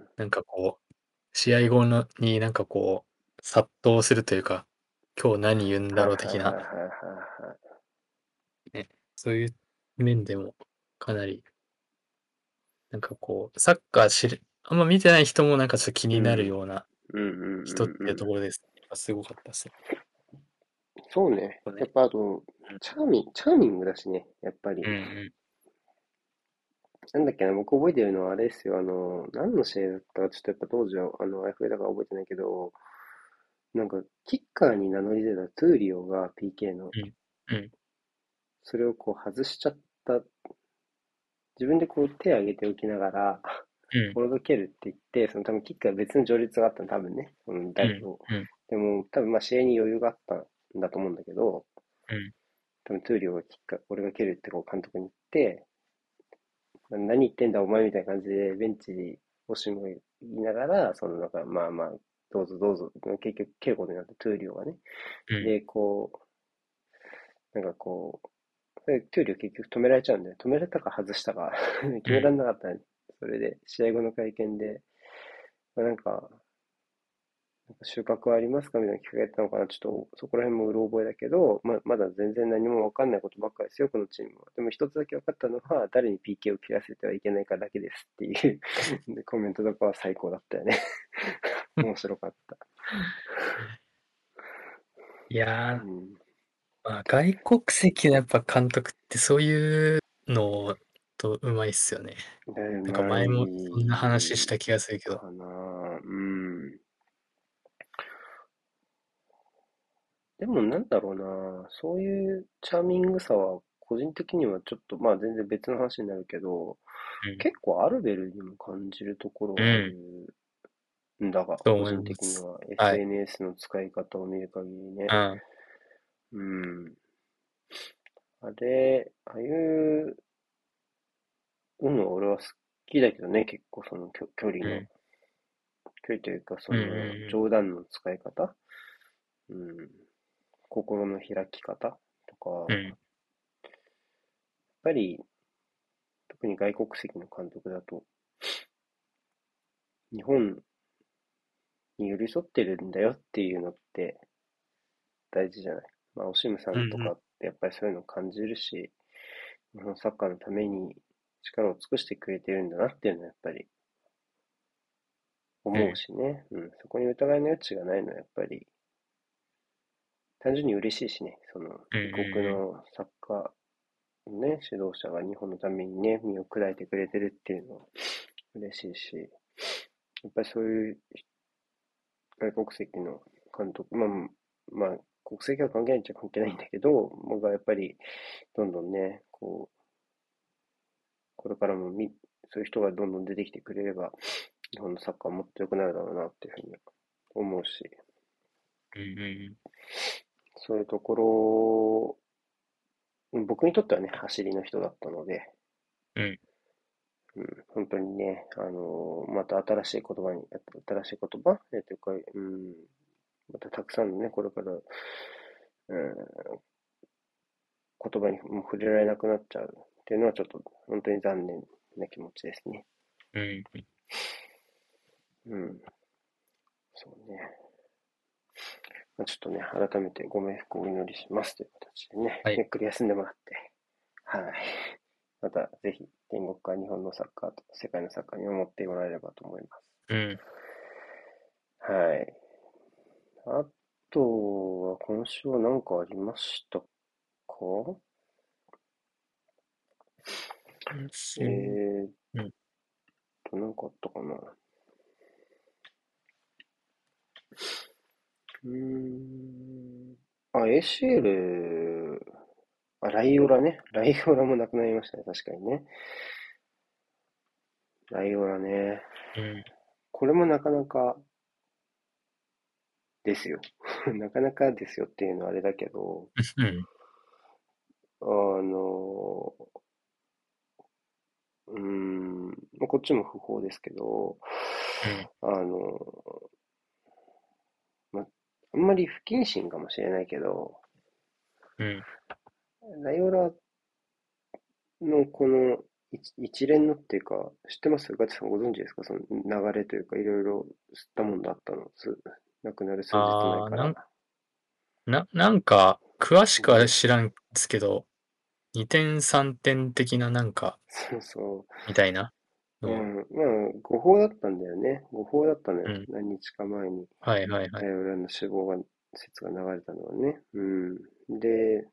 Speaker 2: なんかこう、試合後のになんかこう、殺到するというか、今日何言うんだ
Speaker 1: はい
Speaker 2: ろう的な、
Speaker 1: はいはいはいはいはい。
Speaker 2: ね、そういう面でもかなり、なんかこう、サッカー知る、あんま見てない人もなんかちょっと気になる
Speaker 1: うん。
Speaker 2: ような
Speaker 1: うんうんうん
Speaker 2: 人っていうと
Speaker 1: うん。
Speaker 2: ころです。やっぱすごかったですね。
Speaker 1: そうね。
Speaker 2: こうね。
Speaker 1: やっぱあと、チャーミング、チャーミングだしね。やっぱり。
Speaker 2: うんうん
Speaker 1: なんだっけな、僕覚えてるのはあれですよ。あの、何の試合だったか、ちょっとやっぱ当時は、あの、あやふやだから覚えてないけど、なんか、キッカーに名乗り出たトゥーリオが ピーケー の、
Speaker 2: うんうん
Speaker 1: それをこう外しちゃった。自分でこう手を挙げておきながら、
Speaker 2: うん
Speaker 1: ボールド蹴るって言って、その多分キッカーは別の序列があったの、多分ね。その
Speaker 2: う
Speaker 1: 代表。
Speaker 2: んうん
Speaker 1: でも、多分まあ試合に余裕があったんだと思うんだけど、
Speaker 2: うん
Speaker 1: 多分トゥーリオがキッカー、俺が蹴るってこう監督に言って、何言ってんだお前みたいな感じでベンチでオシムが言いながら、そのなんかまあまあ、どうぞどうぞ、結局蹴ることになってトゥーリオがね。
Speaker 2: うん
Speaker 1: で、こう、なんかこう、でトゥーリオ結局止められちゃうんだよ。止められたか外したか決めら
Speaker 2: うん
Speaker 1: れなかったね。それで、試合後の会見で、まあなんか、なんか収穫はありますかみたいな聞かれたのかな。ちょっとそこら辺もうろ覚えだけど、ままだ全然何もわかんないことばっかりですよ、このチームは。でも一つだけ分かったのは、誰に ピーケー を切らせてはいけないかだけですっていうでコメントとかは最高だったよね。面白かった。
Speaker 2: いやー、
Speaker 1: うん。
Speaker 2: まあ、外国籍のやっぱ監督ってそういうのとうまいっすよね。
Speaker 1: だう
Speaker 2: なんか
Speaker 1: ま
Speaker 2: 前もそんな話し
Speaker 1: い
Speaker 2: た気がするけど。
Speaker 1: かな。うん。でもなんだろうな。そういうチャーミングさは、個人的にはちょっと、まあ全然別の話になるけど、
Speaker 2: うん。
Speaker 1: 結構アルベルにも感じるところはあ
Speaker 2: うん。
Speaker 1: るんだが、
Speaker 2: そう思い
Speaker 1: 個人
Speaker 2: ます。
Speaker 1: 的には
Speaker 2: はい。
Speaker 1: エスエヌエス の使い方を見る限りね。
Speaker 2: うん。
Speaker 1: うん。あれ、ああいうのは俺は好きだけどね、結構その距距離の、
Speaker 2: うん。
Speaker 1: 距離というかそ
Speaker 2: うん。
Speaker 1: の
Speaker 2: うん。
Speaker 1: 冗談の使い方、うん、心の開き方とか、やっ
Speaker 2: うん。
Speaker 1: ぱり特に外国籍の監督だと、日本に寄り添ってるんだよっていうのって、 大事じゃない。まあ、オシムさ
Speaker 2: うんうん。
Speaker 1: んとかってやっぱりそういうのを感じるし、日本サッカーのために力を尽くしてくれてるんだなっていうのはやっぱり思う
Speaker 2: うん。
Speaker 1: しね。うん。そこに疑いの余地がないのはやっぱり単純に嬉しいしね。その
Speaker 2: うん
Speaker 1: 異国
Speaker 2: うん
Speaker 1: のサッカーのね、指導者が日本のためにね、身を砕いてくれてるっていうのは嬉しいし、やっぱりそういう外国籍の監督、まあ、まあ、国籍は関係ないっちゃ関係ないんだけど、僕はやっぱりどんどんね、こう、これからもみ、そういう人がどんどん出てきてくれれば、日本のサッカーもっと良くなるだろうなっていうふうに思うし、
Speaker 2: うん。うんうん
Speaker 1: そういうところ、僕にとってはね、走りの人だったので、
Speaker 2: うん。うん。
Speaker 1: うん、本当にね、あのーまた新しい言葉に、新しい言葉えというか、うん、またたくさんのね、これから、うん、言葉にも触れられなくなっちゃうっていうのはちょっと本当に残念な気持ちですね。
Speaker 2: うん。
Speaker 1: うん、そうね。まあ、ちょっとね、改めてご冥福をお祈りしますという形でね、
Speaker 2: はい。
Speaker 1: ゆっくり休んでもらって、はい。またぜひ天国から日本のサッカーと世界のサッカーに思ってもらえればと思います。
Speaker 2: うん。
Speaker 1: はい。あとは今週は何かありましたか？
Speaker 2: 今週、
Speaker 1: えーっ
Speaker 2: うん。
Speaker 1: と、何かあったかな。うーん。あ、エーシーエル、あ、ライオラね。ライオラもなくなりましたね。確かにね。ライオラね。
Speaker 2: うん。
Speaker 1: これもなかなかですよ。なかなかですよっていうのはあれだけど、
Speaker 2: うん。
Speaker 1: あの、うーん、まあこっちも不法ですけど、
Speaker 2: うん。
Speaker 1: あの、まあ、あんまり不謹慎かもしれないけど、
Speaker 2: うん。
Speaker 1: ライオラのこの一一連のっていうか、知ってますガチさんご存知ですか？その流れというか、いろいろ吸ったもんだったの。す亡くなる数日前
Speaker 2: ああ、
Speaker 1: から。
Speaker 2: なん、な、なんか、詳しくは
Speaker 1: うん。
Speaker 2: 知らんですけど、にてんさんてん的ななんか、
Speaker 1: そうそ
Speaker 2: みたいな
Speaker 1: う。う
Speaker 2: のは。
Speaker 1: ん。まあ、誤報だったんだよね。誤報だったのよ。
Speaker 2: うん。
Speaker 1: 何日か前に、
Speaker 2: はいはいはい。
Speaker 1: ライオラの死亡が、説が流れたのはね。うん。で、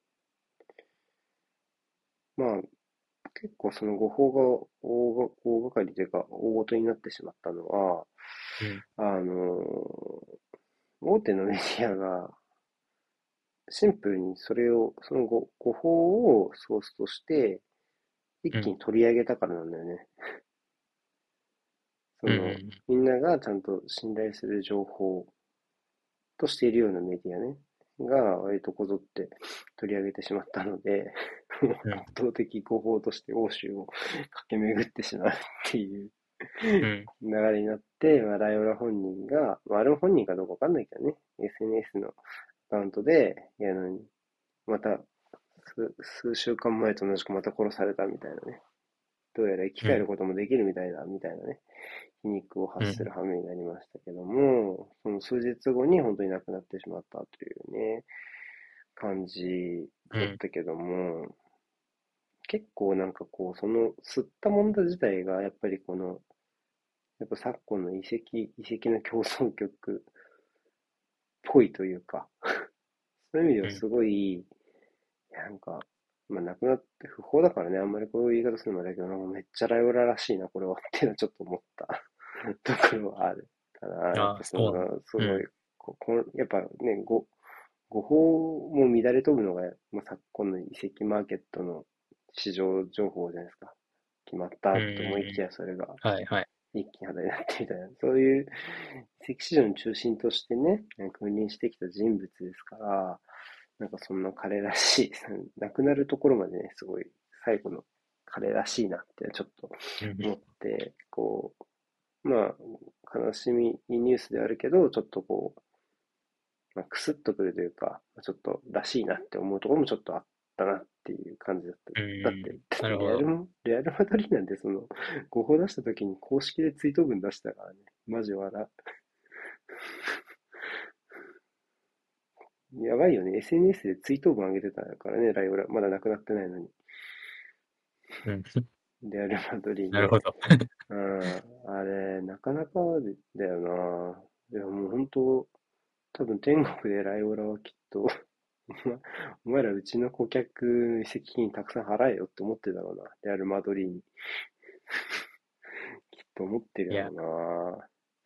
Speaker 1: まあ、結構その誤報が大が、大掛かりというか、大事になってしまったのは、
Speaker 2: うん。
Speaker 1: あの、大手のメディアが、シンプルにそれを、その誤、誤報をソースとして、一
Speaker 2: うん。
Speaker 1: 気に取り上げたからなんだよね。そ
Speaker 2: うん。う
Speaker 1: の、
Speaker 2: ん。
Speaker 1: みんながちゃんと信頼する情報としているようなメディアね、が割とこぞって取り上げてしまったので、もう
Speaker 2: うん。
Speaker 1: 圧倒的誤報として欧州を駆け巡ってしまうっていう
Speaker 2: うん。
Speaker 1: 流れになって、まあ、ライオラ本人が、まあ、あれも本人かどうかわかんないけどね、エスエヌエス のアカウントで、いや、あのまた数、数週間前と同じくまた殺されたみたいなね。どうやら生き
Speaker 2: うん。
Speaker 1: 返ることもできるみたいだ、みたいなね。皮肉を
Speaker 2: うん。
Speaker 1: 発する羽目になりましたけども、その数日後に本当に亡くなってしまったというね、感じ
Speaker 2: うん。
Speaker 1: だったけども、結構なんかこう、その吸ったもんだ自体が、やっぱりこの、やっぱ昨今の遺跡、遺跡の競争曲っぽいというか、そういう意味では
Speaker 2: うん。
Speaker 1: すごい、なんか、まあ、亡くなって不法だからね、あんまりこういう言い方するのもあれだけど、なんかめっちゃライオラらしいな、これはっていうのはちょっと思ったところはあるかな。やっ
Speaker 2: ああ、
Speaker 1: ぱそ
Speaker 2: そうなんだ。
Speaker 1: の、すごい、
Speaker 2: うん。
Speaker 1: ここんやっぱね、ご誤報も乱れ飛ぶのが、まあ、昨今の遺跡マーケットの市場情報じゃないですか。決まった
Speaker 2: うん。
Speaker 1: と思いき
Speaker 2: うん。
Speaker 1: や、それが
Speaker 2: はいはい。
Speaker 1: 一気に肌になってみたいな、そういう遺跡市場の中心としてね、君臨してきた人物ですから、なんかそんな彼らしい、亡くなるところまでね、すごい最後の彼らしいなってちょっと
Speaker 2: うん。
Speaker 1: 思って、こう、まあ、悲しみニュースであるけど、ちょっとこう、まあ、クスッとくるというか、ちょっとらしいなって思うところもちょっとあったなっていう感じだった。
Speaker 2: う
Speaker 1: だって、
Speaker 2: ん。
Speaker 1: だって
Speaker 2: なるほど。
Speaker 1: レアルも、レアルマドリーなんてその、誤報出した時に公式で追悼文出したからね。マジ笑う。 やばいよね。エスエヌエス で追悼文上げてたからね、ライオラ。まだ亡くなってないのに。
Speaker 2: うん。
Speaker 1: レアル・マドリーね。
Speaker 2: なるほど。
Speaker 1: うん。あれ、なかなかだよな。いや、もう本当、多分天国でライオラはきっと、お前お前らうちの顧客の移籍金たくさん払えよって思ってるだろうな。レアル・マドリーに。きっと思ってる
Speaker 2: いや、
Speaker 1: だろ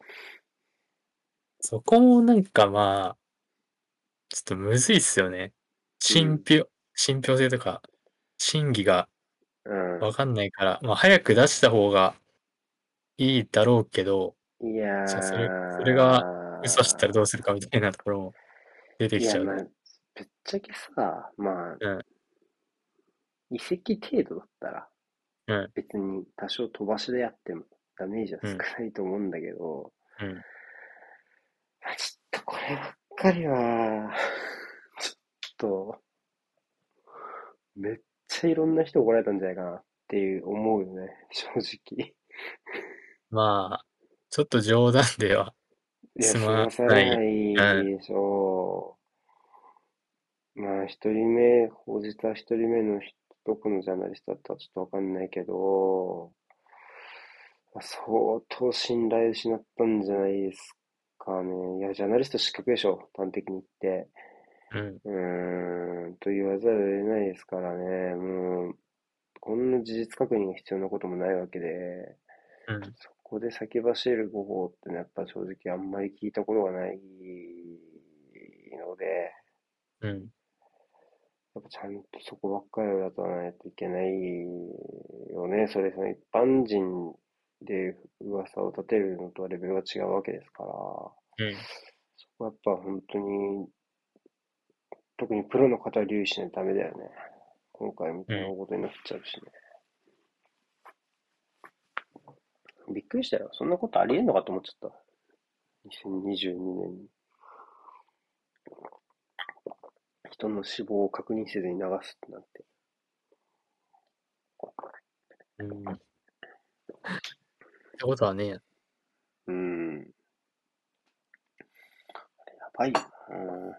Speaker 2: そこもなんかまあ、ちょっとむずいっすよね。
Speaker 1: うな。うん。
Speaker 2: 信憑、信憑性とか、真偽が
Speaker 1: うん。
Speaker 2: わかんないから、まあ早く出した方がいいだろうけど、
Speaker 1: いや
Speaker 2: じゃあそれ、それが嘘知ったらどうする
Speaker 1: ー。
Speaker 2: かみたいなところも出て
Speaker 1: いや、まあ、
Speaker 2: きちゃうね。
Speaker 1: ぶっちゃけさ、まあ、
Speaker 2: うん、
Speaker 1: 移籍程度だったら、
Speaker 2: うん、
Speaker 1: 別に多少飛ばしでやってもダメージは
Speaker 2: うん、
Speaker 1: 少ないと思うんだけど、
Speaker 2: うん。
Speaker 1: まあ、ちょっとこればっかりは、ちょっと、めっちゃいろんな人怒られたんじゃないかなっていう思うよね、正直。
Speaker 2: まあ、ちょっと冗談では
Speaker 1: いや、
Speaker 2: 済ま
Speaker 1: 済まされな
Speaker 2: ない。うん、
Speaker 1: いでしょう。まあ、一人目、報じた一人目の人、どこのジャーナリストだったかちょっとわかんないけど、まあ相当信頼失ったんじゃないですかね。いや、ジャーナリスト失格でしょ、端的に言って。
Speaker 2: うん、
Speaker 1: うーん、と言わざるを得ないですからね。もう、こんな事実確認が必要なこともないわけで、
Speaker 2: うん、
Speaker 1: そこで先走る誤報ってのはやっぱ正直あんまり聞いたことがないので、
Speaker 2: うん、
Speaker 1: やっぱちゃんとそこばっかりはやらないといけないよね。それ、その一般人で噂を立てるのとはレベルが違うわけですから、そ
Speaker 2: うん、
Speaker 1: こはやっぱ本当に、特にプロの方は留意しないとダメだよね。今回みたいな
Speaker 2: うん。
Speaker 1: ことになっちゃうしね。びっくりしたよ。そんなことありえんのかと思っちゃった。にせんにじゅうにねんに人の死亡を確認せずに流すってなんて。
Speaker 2: うん。ってことはね、
Speaker 1: うーん。やばいよな。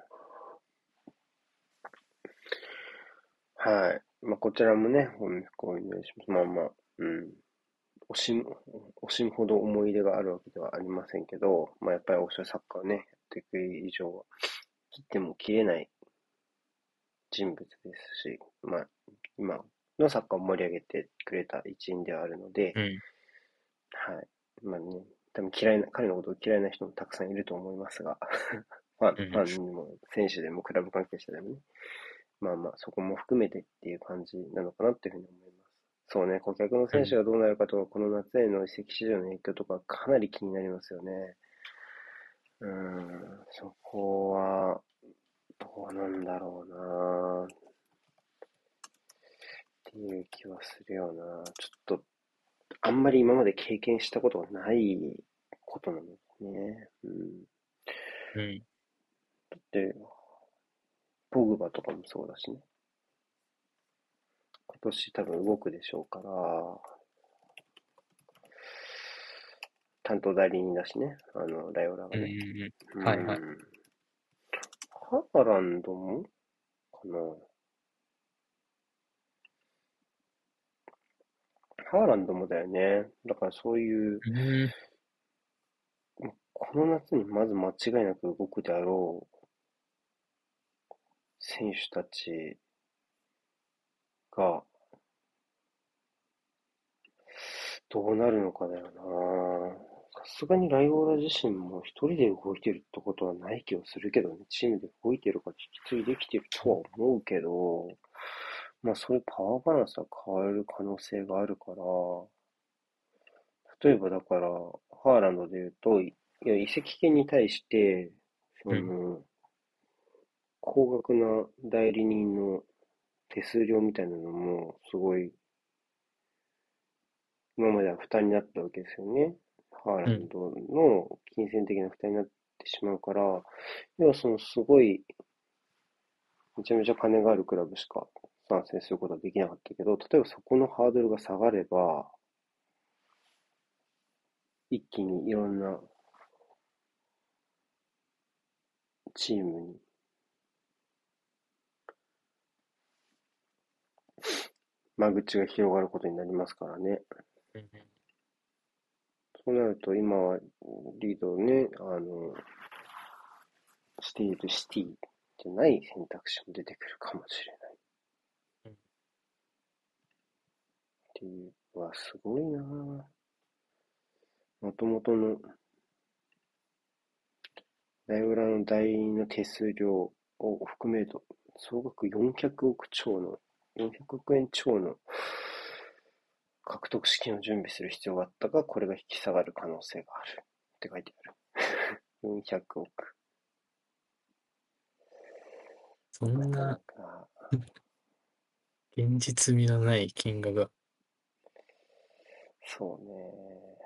Speaker 1: はい。まあ、こちらもね、ごお願いします。まあまあ、うん。惜しむ、惜しむほど思い入れがあるわけではありませんけど、まあ、やっぱり面白いサッカーをね、やっていく以上は、切っても切れない人物ですし、まあ、今のサッカーを盛り上げてくれた一員ではあるので、
Speaker 2: うん、
Speaker 1: はい。まあね、多分嫌いな、彼のことを嫌いな人もたくさんいると思いますが、ファン、
Speaker 2: うん、
Speaker 1: ファンにも、選手でも、クラブ関係者でもね、まあまあ、そこも含めてっていう感じなのかなっていうふうに思います。そうね、顧客の
Speaker 2: うん。
Speaker 1: 選手がどうなるかとか、この夏への移籍市場の影響とか、かなり気になりますよね。うーん、そこは、どうなんだろうなっていう気はするよな。ちょっと、あんまり今まで経験したことがないことなのでね。うん。
Speaker 2: うん。
Speaker 1: で、ポグバとかもそうだしね。今年多分動くでしょうから、担当代理人だしね。あの、ライオラが
Speaker 2: うん。う
Speaker 1: ね。
Speaker 2: ん。
Speaker 1: う
Speaker 2: はいはい。
Speaker 1: ん。ハーランドもかな。ハーランドもだよね。だからそういう、
Speaker 2: うん。
Speaker 1: この夏にまず間違いなく動くであろう選手たちがどうなるのかだよな。さすがにライオーラ自身も一人で動いてるってことはない気がするけどね。チームで動いてるから引き継いできてるとは思うけど、まあそういうパワーバランスは変わる可能性があるから、例えばだから、ハーランドで言うと、いや移籍権に対して、そ
Speaker 2: うん。
Speaker 1: の、高額な代理人の手数料みたいなのも、すごい、今までは負担になったわけですよね。ハーラ
Speaker 2: うん。
Speaker 1: ンドの金銭的な負担になってしまうから、要はそのすごい、めちゃめちゃ金があるクラブしか参戦することはできなかったけど、例えばそこのハードルが下がれば、一気にいろんなチームに間口が広がることになりますからね。
Speaker 2: うんうん
Speaker 1: そうなると、今はリードをね、あの、しているシティじゃない選択肢も出てくるかもしれない
Speaker 2: うん。
Speaker 1: っていう。わ、すごいなぁ。もともとの大裏の代理人の手数料を含めると、総額よんひゃくおく超の、よんひゃくおく円超の獲得資金を準備する必要があったが、これが引き下がる可能性があるって書いてある。よんひゃくおく。
Speaker 2: そん
Speaker 1: なかな
Speaker 2: な
Speaker 1: か、
Speaker 2: 現実味のない金額が。
Speaker 1: そうね。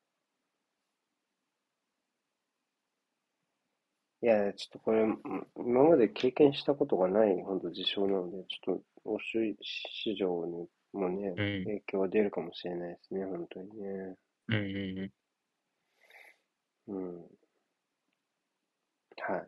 Speaker 1: いや、ちょっとこれ、今まで経験したことがない、本当事象なので、ちょっと、欧州市場にもね、
Speaker 2: うん。
Speaker 1: 影響が出るかもしれないですね、本当にね。
Speaker 2: うんうんうん。
Speaker 1: うん。はい。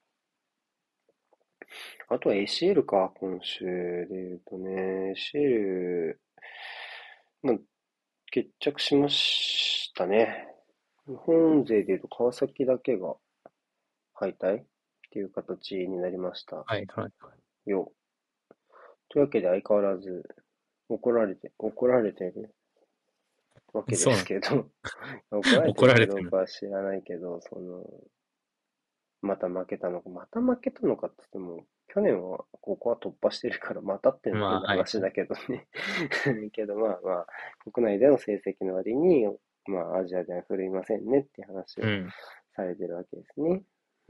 Speaker 1: あとは エーシーエル か、今週で言うとね、エーシーエル、まあ、決着しましたね。日本勢で言うと川崎だけが敗退っていう形になりました
Speaker 2: はいはいは
Speaker 1: よ。というわけで相変わらず怒られて、怒られてるわ
Speaker 2: い。
Speaker 1: けで
Speaker 2: そうなの。
Speaker 1: すけど、怒られて
Speaker 2: 怒
Speaker 1: るか
Speaker 2: られてる
Speaker 1: どうかは知らないけど、その、また負けたのか、また負けたのかって言っても、去年はここは突破してるから、またっていうの
Speaker 2: の。まあ、
Speaker 1: も変な
Speaker 2: はいはい。
Speaker 1: 話だけどね。けどまあまあ、国内での成績の割に、まあアジアでは振るいませんねっていう話を
Speaker 2: うん。
Speaker 1: されてるわけですね。うん。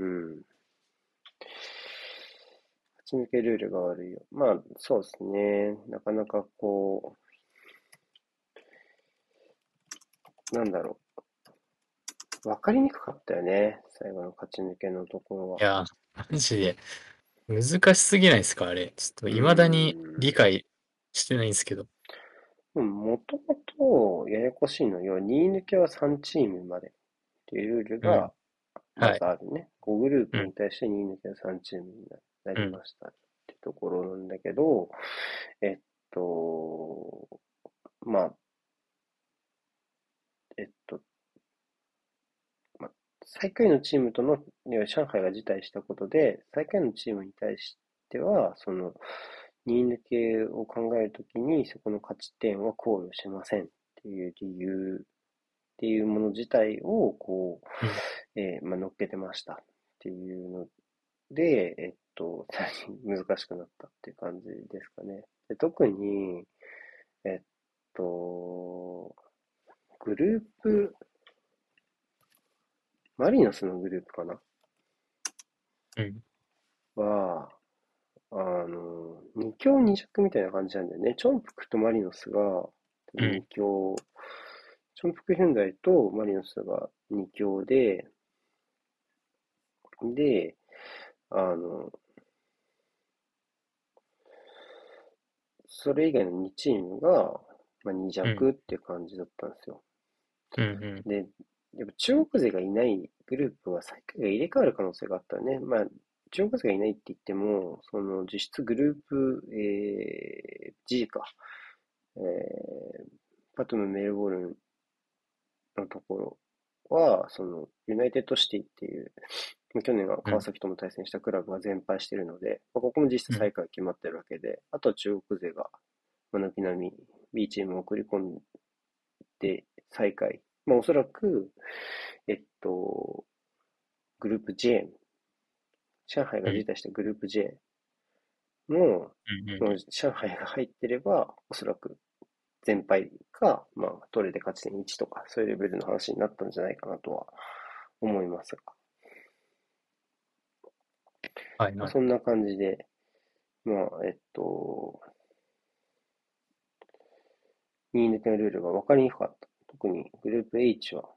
Speaker 1: 勝ち抜けルールが悪いよ。まあ、そうですね。なかなかこう、なんだろう。わかりにくかったよね。最後の勝ち抜けのところは。
Speaker 2: いや、マジで難しすぎないですか、あれ。ちょっと
Speaker 1: うー
Speaker 2: 未だに理
Speaker 1: ん。
Speaker 2: 解してないんですけど。
Speaker 1: もともとややこしいのよ。にい抜けはさんチームまでっていうルール
Speaker 2: うん。
Speaker 1: がま
Speaker 2: はい。
Speaker 1: ずあるね。ごグルー
Speaker 2: うん。
Speaker 1: プに対してにい抜けはさんチームにな
Speaker 2: うん。
Speaker 1: りましたってところなんだけど、えっと、まあ、えっと、まあ、最下位のチームとの、いわ上海が辞退したことで、最下位のチームに対しては、その、にい抜けを考えるときに、そこの勝ち点は考慮しませんっていう理由っていうもの自体を、こ
Speaker 2: うん。
Speaker 1: う、えーまあ、乗っけてましたっていうので、えっと、さらに難しくなったっていう感じですかね。で、特に、えっと、グループ、マリノスのグループかな
Speaker 2: うん。
Speaker 1: は、あの、に強に弱みたいな感じなんだよね。チョンプクとマリノスがに
Speaker 2: うん。
Speaker 1: 強、チョンプクヒュンダイとマリノスがに強で、で、あの、それ以外のにチームが、まあ、に
Speaker 2: うん。
Speaker 1: 弱っていう感じだったんですよ。
Speaker 2: うん。
Speaker 1: で、やっぱ中国勢がいないグループは最下位が入れ替わる可能性があったね。まあ、中国勢がいないって言っても、その実質グループ、えー、G か、えー、パトム、メルボルンのところは、その、ユナイテッドシティっていう、去年は
Speaker 2: うん。
Speaker 1: 川崎とも対戦したクラブが全敗しているので、まあ、ここも実質
Speaker 2: うん。
Speaker 1: 最下位決まってるわけで、あとは中国勢が、まあ、軒並み B チームを送り込んで最下位。まあ、おそらく、えっと、グループ J、上海が辞
Speaker 2: うん。
Speaker 1: 退したグループ J の、
Speaker 2: うん。
Speaker 1: もう上海が入ってれば、おそらく全敗か、まあ、取れて勝ち点いちとか、そういうレベルの話になったんじゃないかなとは思いますが、まあ、
Speaker 2: はいはい。
Speaker 1: そんな感じで、まあ、えっと、にい抜けのルールが分かりにくかった。特にグループ H は、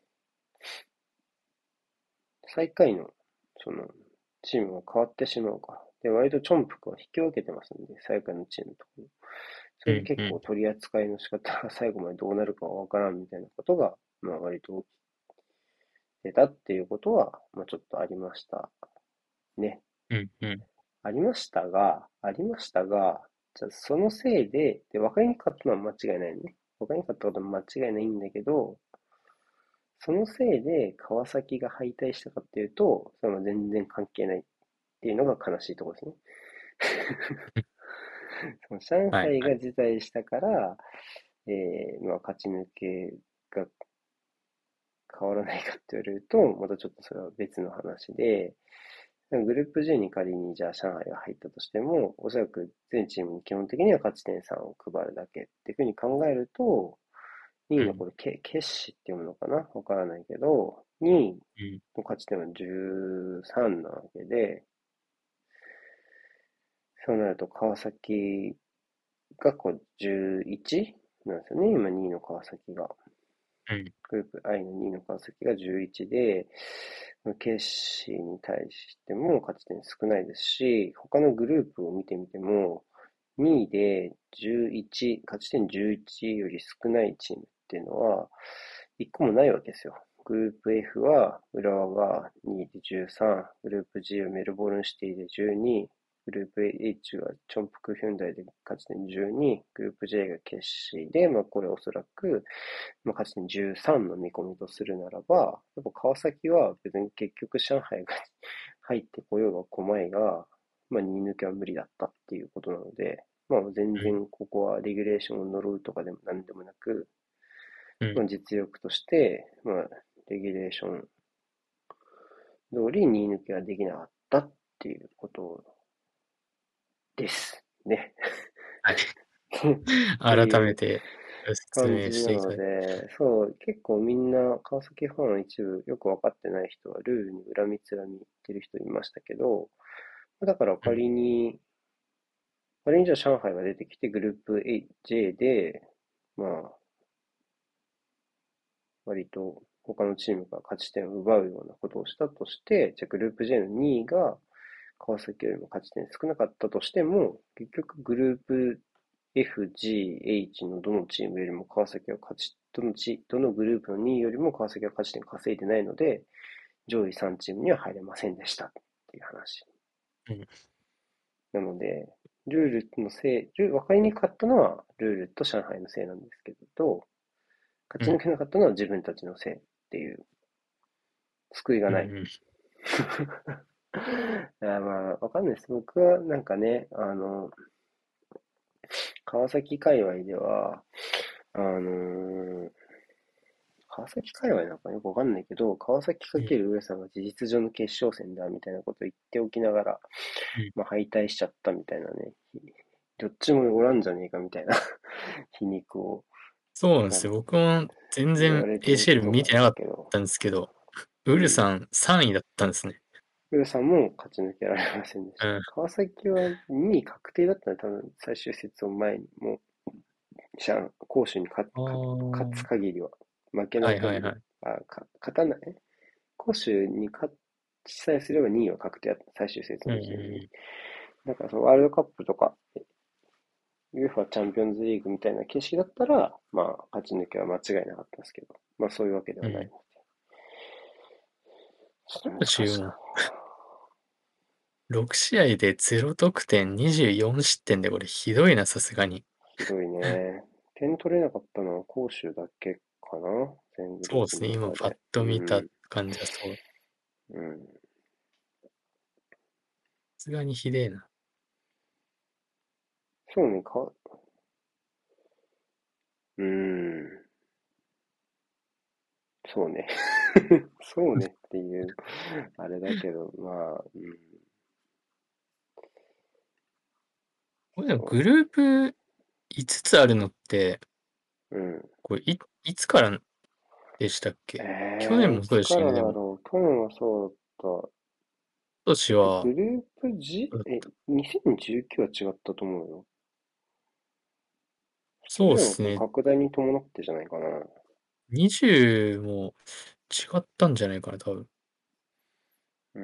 Speaker 1: 最下位の、その、チームが変わってしまうから。で、割とチョンプクは引き分けてますんで、最下位のチームと。それで
Speaker 2: うん。うん。
Speaker 1: 結構取り扱いの仕方が最後までどうなるかはわからんみたいなことが、まあ割と起きてたっていうことは、まあちょっとありましたね。
Speaker 2: うん。うん。
Speaker 1: ありましたが、ありましたが、 じゃあそのせいで、で、分かりにくかったのは間違いないね。分かりにくかったことは間違いないんだけど、そのせいで川崎が敗退したかっていうと、その全然関係ないっていうのが悲しいところですね。その上海が
Speaker 2: はいはい。
Speaker 1: 辞退したから、えー、まあ勝ち抜けが変わらないかって言われると、またちょっとそれは別の話で、グループ J に仮にじゃあ上海が入ったとしても、おそらく全チームに基本的には勝ち点さんを配るだけっていうふうに考えると、にいの
Speaker 2: うん。
Speaker 1: これ、け決死って読むのかなわからないけど、にい
Speaker 2: うん。
Speaker 1: の勝ち点はじゅうさんなわけで、そうなると川崎がこうじゅういちなんですよね。今にいの川崎が。
Speaker 2: うん。
Speaker 1: グループ I のにいの川崎がじゅういちで、ケッシーに対しても勝ち点少ないですし、他のグループを見てみても、にいでじゅういち、勝ち点じゅういちより少ないチームっていうのは、いっこもないわけですよ。グループ F は浦和がにいでじゅうさん、グループ G はメルボルンシティでじゅうに、グループ H はチョンプクヒュンダイで勝ち点じゅうに、グループ J が決死で、まあこれおそらく、まあ、勝ち点じゅうさんの見込みとするならば、やっぱ川崎は別に結局上海が入ってこようが来まいが、まあにい抜けは無理だったっていうことなので、まあ全
Speaker 2: うん。
Speaker 1: 然ここはレギュレーションを呪うとかでも何でもなく、
Speaker 2: うん。
Speaker 1: まあ、実力として、まあレギュレーション通りにい抜けができなかったっていうことですね。
Speaker 2: はい。
Speaker 1: っていう
Speaker 2: 改めて説明
Speaker 1: 感じな
Speaker 2: していただいて。
Speaker 1: ので、そう、結構みんな川崎ファンの一部よくわかってない人はルールに恨みつらみ言ってる人いましたけど、だから
Speaker 2: うん。
Speaker 1: 仮に、仮にじゃあ上海が出てきてグループ J で、まあ、割と他のチームが勝ち点を奪うようなことをしたとして、じゃあグループ J のにいが川崎よりも勝ち点少なかったとしても、結局グループ F、G、H のどのチームよりも川崎は勝ち、どのチ、どのグループのにいよりも川崎は勝ち点稼いでないので、上位さんチームには入れませんでしたっていう話。
Speaker 2: うん。
Speaker 1: なので、ルールのせい、ル分かりにくかったのはルールと上海のせいなんですけど、勝
Speaker 2: うん。
Speaker 1: ち抜けなかったのは自分たちのせいっていう、救いがない。
Speaker 2: うん。
Speaker 1: あまあ、わかんないです。僕はなんかね、あの、川崎界隈では、あのー川崎界隈なんかよくわかんないけど、川崎
Speaker 2: うん。
Speaker 1: ×上さんが事実上の決勝戦だみたいなことを言っておきながら、
Speaker 2: うん。
Speaker 1: まあ、敗退しちゃったみたいなね、どっちもおらんじゃねえかみたいな皮肉をなんか
Speaker 2: そうなんですよ。僕も全然
Speaker 1: 言われてる
Speaker 2: エーシーエル
Speaker 1: 人がい
Speaker 2: 見てなかっ
Speaker 1: たけど、
Speaker 2: たんですけど、ウル
Speaker 1: うん。
Speaker 2: さんさんいだったんですね。
Speaker 1: ウルさんも勝ち抜けられませんでした。
Speaker 2: うん。
Speaker 1: 川崎はにい確定だったね、多分最終節を前にもシャン、攻守に勝
Speaker 2: あ
Speaker 1: 勝勝つ
Speaker 2: あ。
Speaker 1: 限りは、負けな
Speaker 2: は
Speaker 1: い限りは、
Speaker 2: いはいはい。
Speaker 1: あ、か勝たない、攻守に勝ちさえすればにいは確定だった、最終節
Speaker 2: うん。
Speaker 1: の時点でね。
Speaker 2: うん。
Speaker 1: だからそのワールドカップとか、ユーエフエー チャンピオンズリーグみたいな景色だったら、まあ、勝ち抜けは間違いなかったんですけど、まあそういうわけではないので、
Speaker 2: うん。
Speaker 1: ちょっと
Speaker 2: 攻
Speaker 1: 難しいな。
Speaker 2: 守もろく試合でゼロ得点にじゅうよん失点でこれひどいな、さすがに。
Speaker 1: ひどいね。点取れなかったのは杭州だけかな、全グループ
Speaker 2: そうですね、今パッ
Speaker 1: の中で。う
Speaker 2: と見た
Speaker 1: ん。
Speaker 2: 感じはそう。さ
Speaker 1: うん。
Speaker 2: すがにひでえな。
Speaker 1: そうね、か、うん。そうね。そうねっていう、あれだけど、まあ、うん。
Speaker 2: これでもグ
Speaker 1: そ
Speaker 2: ループいつつあるのって、
Speaker 1: う。うん。
Speaker 2: これい、いつからでしたっけ？去年
Speaker 1: えー、い
Speaker 2: もそうですしね、
Speaker 1: つからだ
Speaker 2: でも。
Speaker 1: ろう。去年はそうだった。
Speaker 2: 今年
Speaker 1: え、グ
Speaker 2: は、
Speaker 1: ループ G? え、にせんじゅうきゅうは違ったと思うよ。それでも
Speaker 2: そうですね、
Speaker 1: その拡大に伴ってじゃないかな。
Speaker 2: にじゅうも違ったんじゃないかな、多分。
Speaker 1: うん。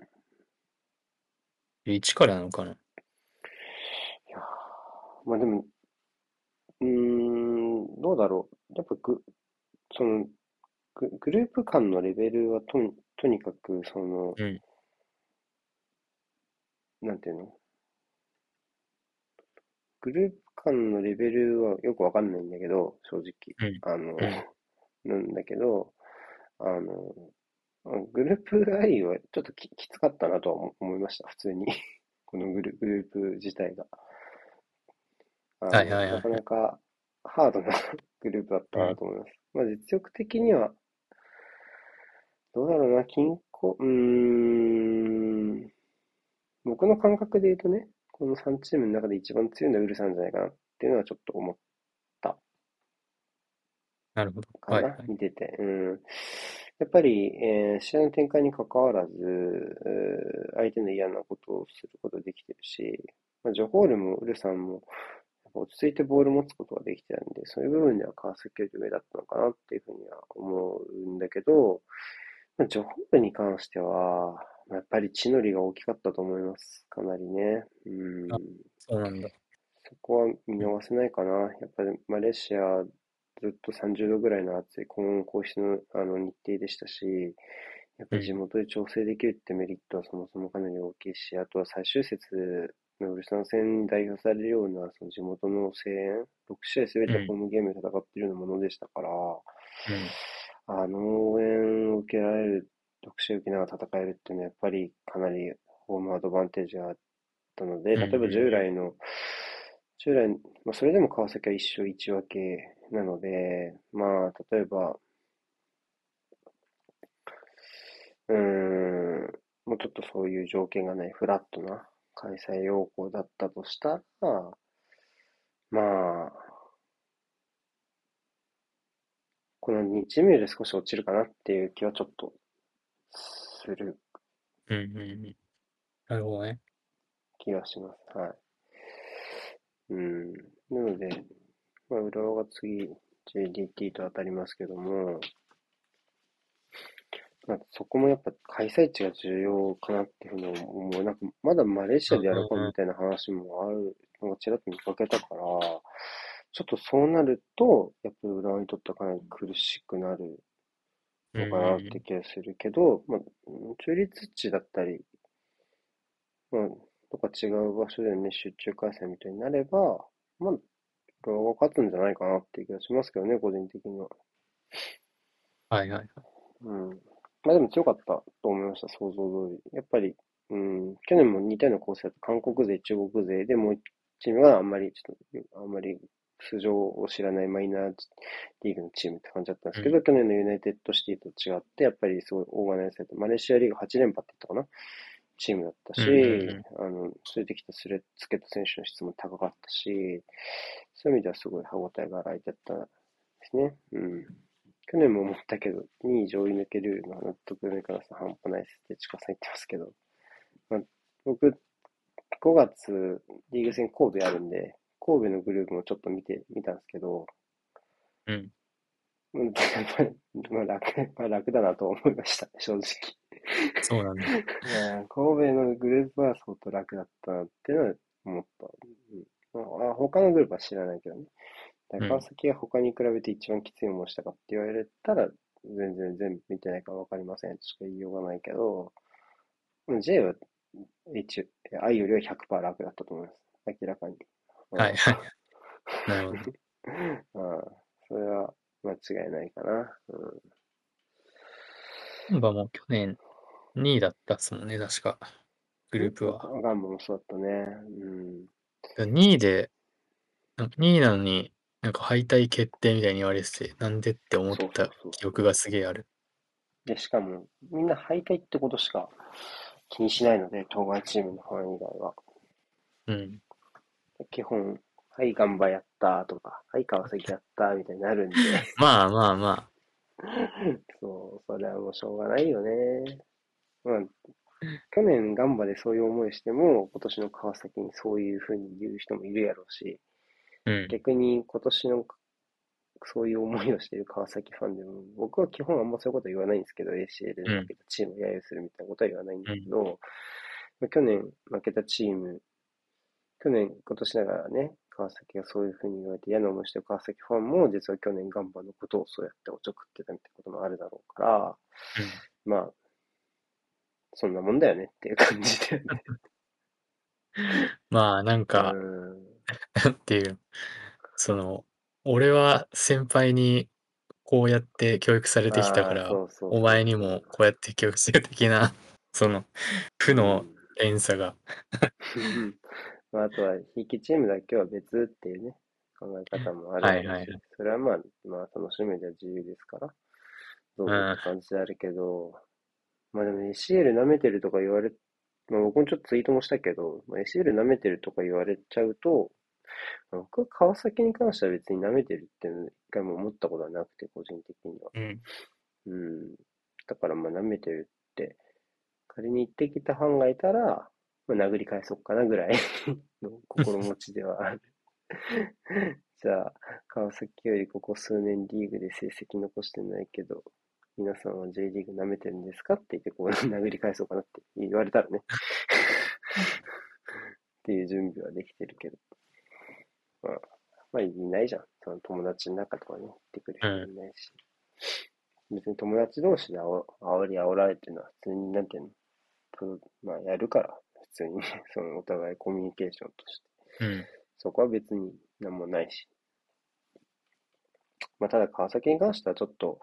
Speaker 2: いちからなのかな。
Speaker 1: いやーまあでも、うーん、どうだろう。やっぱグ、その、グ、グループ間のレベルはとに、とにかく、その、
Speaker 2: うん。
Speaker 1: なんていうのグループ間のレベルはよくわかんないんだけど、正直。
Speaker 2: うん。
Speaker 1: あの、
Speaker 2: うん。
Speaker 1: なんだけど、あの、グループ愛はちょっとき、きつかったなとは思思いました、普通に。このグル、グループ自体が。あ
Speaker 2: はい
Speaker 1: の、なか
Speaker 2: はいはい。
Speaker 1: なかハードなグループだった
Speaker 2: うん。
Speaker 1: なと思います。まあ実力的には、どうだろうな、均衡、うーん、僕の感覚で言うとね、このさんチームの中で一番強いのはウルさんじゃないかなっていうのはちょっと思った
Speaker 2: なるほど。
Speaker 1: かな、
Speaker 2: はいはい。
Speaker 1: 見てて。うん。やっぱり、えー試合の展開に関わらず、えー相手の嫌なことをすることができてるし、まあ、ジョホールもウルさんも、やっぱ落ち着いてボールを持つことができてたんで、そういう部分では川崎より上だったのかなっていうふうには思うんだけど、まあ、ジョホールに関しては、まあやっぱり地の利が大きかったと思います。かなりね。う
Speaker 2: あ、
Speaker 1: ん。
Speaker 2: そうなんだ。
Speaker 1: そこは見
Speaker 2: うん。
Speaker 1: 逃せないかな。やっぱりマレーシア、ずっとさんじゅうどぐらいの暑い高温高湿の、あの日程でしたし、やっぱり地
Speaker 2: うん。
Speaker 1: 元で調整できるってメリットはそもそもかなり大きいし、あとは最終節のウルサン戦に代表されるようなその地元の声援、ろく試合すべ
Speaker 2: うん。
Speaker 1: てホームゲームで戦っているようなものでしたから、
Speaker 2: うん。
Speaker 1: あの応援を受けられる、ろく試合受けながら戦えるっていうのはやっぱりかなりホームアドバンテージがあったので、
Speaker 2: うん。
Speaker 1: 例えば従
Speaker 2: うん。
Speaker 1: 来の、従来、まあ、それでも川崎は一勝一分けなので、まあ、例えば、うーん、もうちょっとそういう条件がないフラットな開催要項だったとしたら、まあ、このにチームより少し落ちるかなっていう気はちょっとする
Speaker 2: うん。うん。うん。なるほどね。
Speaker 1: 気がします。はい。うん。なので、まあ、浦和が次 ジェイディーティー と当たりますけども、まあ、そこもやっぱ開催地が重要かなっていうふうに思う。なんかまだマレーシ
Speaker 2: う
Speaker 1: アでやるか
Speaker 2: ん。うん。
Speaker 1: みたいな話もあるのがちらっと見かけたから、ちょっとそうなると、やっぱり浦和にとってはかなり苦しくなる
Speaker 2: うん。
Speaker 1: のかなっ
Speaker 2: うん。
Speaker 1: て気がするけど、まあ、中立地だったり、まあ、とか違う場所でね、集中開催みたいになれば、まあ、浦和が勝つんじゃないかなっていう気がしますけどね、個人的には。
Speaker 2: はいはいはい。
Speaker 1: うん。まあでも強かったと思いました、想像通り。やっぱり、うん、去年も似たような構成だと韓国勢、中国勢でもう一チームはあんまり、ちょっと、あんまり素性を知らないマイナーリーグのチームって感じだったんです
Speaker 2: うん。
Speaker 1: けど、去年のユナイテッドシティと違って、やっぱりすごいオーガナイズされて、マレーシアリーグはち連覇って言ったかなチームだった
Speaker 2: うん。う
Speaker 1: し、
Speaker 2: ん。
Speaker 1: あの、連れてきたスレッツケット選手の質も高かったし、そういう意味ではすごい歯応えがある相手だったですね。うん。去年も思ったけど、にい上位抜けルールの納得のいかなさ半端ないですって近さん言ってますけど、まあ、僕、ごがつリーグ戦神戸あるんで、神戸のグループもちょっと見てみたんですけど、
Speaker 2: うん。
Speaker 1: うん、まあ楽、まあ楽だなと思いました、正直。
Speaker 2: そうなんだ。
Speaker 1: うん、神戸のグループは相当楽だったなっていうのは思った。うん、まあ、他のグループは知らないけどね。川
Speaker 2: うん。
Speaker 1: 崎が他に比べて一番きつい思いしたかって言われたら、全然全部見てないからわかりませんとしか言いようがないけど、J は一、愛よりはひゃくパーセント楽だったと思います。明らかに。うん。
Speaker 2: はいはい。なるほど。
Speaker 1: まあ、それは間違いないかな。う
Speaker 2: ガンバも去年にいだったっすもんね、確か。グループ
Speaker 1: ん
Speaker 2: は。
Speaker 1: ガンバもそうだったね。うん。
Speaker 2: にいで、にいなのに、なんか敗退決定みたいに言われてて、なんでって思っ
Speaker 1: そうそう
Speaker 2: た
Speaker 1: そうそう。
Speaker 2: 記憶がすげえある。
Speaker 1: で、しかも、みんな敗退ってことしか気にしないので、当該チームのファン以外は。
Speaker 2: うん。
Speaker 1: 基本、はい、ガンバやったとか、はい、川崎やったみたいになるんで、
Speaker 2: まあまあま
Speaker 1: そう、それはもうしょうがないよね。まあ、去年ガンバでそういう思いしても、今年の川崎にそういうふうに言う人もいるやろうし、
Speaker 2: あ。うん。
Speaker 1: 逆に今年のそういう思いをしている川崎ファンでも、僕は基本あんまそういうことは言わないんですけど、エーシーエル で
Speaker 2: うん。
Speaker 1: 負けたチームを揶揄するみたいなことは言わないんだ
Speaker 2: うん。
Speaker 1: けど、まあ去年負けたチーム、去年、今年ながらね、川崎がそういうふうに言われて嫌な思いしてる川崎ファンも、実は去年ガンバのことをそうやっておちょくってたみたいなこともあるだろうから、
Speaker 2: うん。
Speaker 1: まあ、そんなもんだよねっていう感じだよね。
Speaker 2: まあなん
Speaker 1: う
Speaker 2: か、
Speaker 1: ん。
Speaker 2: っていう、その、俺は先輩にこうやって教育されてきたか
Speaker 1: ああ、
Speaker 2: ら、
Speaker 1: そうそう
Speaker 2: お前に
Speaker 1: そうそ
Speaker 2: もこうやって教育する的な、その、
Speaker 1: う。う
Speaker 2: 負の
Speaker 1: ん。
Speaker 2: 連鎖が。
Speaker 1: まあ、あとは、ひいきチームだけは別っていうね、考え方もあるだろうし、
Speaker 2: はいはいはい。
Speaker 1: それはまあ、まあ、楽しむでは自由ですから、どうぞって
Speaker 2: うん。
Speaker 1: 感じであるけど、まあでも エーシーエル 舐めてるとか言われ、まあ僕もちょっとツイートもしたけど、まあ、エーシーエル 舐めてるとか言われちゃうと、僕は川崎に関しては別に舐めてるっていうの一回も思ったことはなくて、個人的には。
Speaker 2: うん。
Speaker 1: うん。だからまあ舐めてるって、仮に言ってきたファンがいたら、まあ、殴り返そうかなぐらいの心持ちではある。じゃあ、川崎よりここ数年リーグで成績残してないけど、皆さんは J リーグ舐めてるんですかって言って、こう殴り返そうかなって言われたらねっていう準備はできてるけど。まあ、まあいないじゃん。その友達の中とかね、言ってくる人も
Speaker 2: うん。
Speaker 1: いないし。別に友達同士であお煽り煽られてるのは普通になんていうの、プまあやるから、普通にね、そのお互いコミュニケーションとして。
Speaker 2: うん。
Speaker 1: そこは別に何もないし。まあただ川崎に関してはちょっと、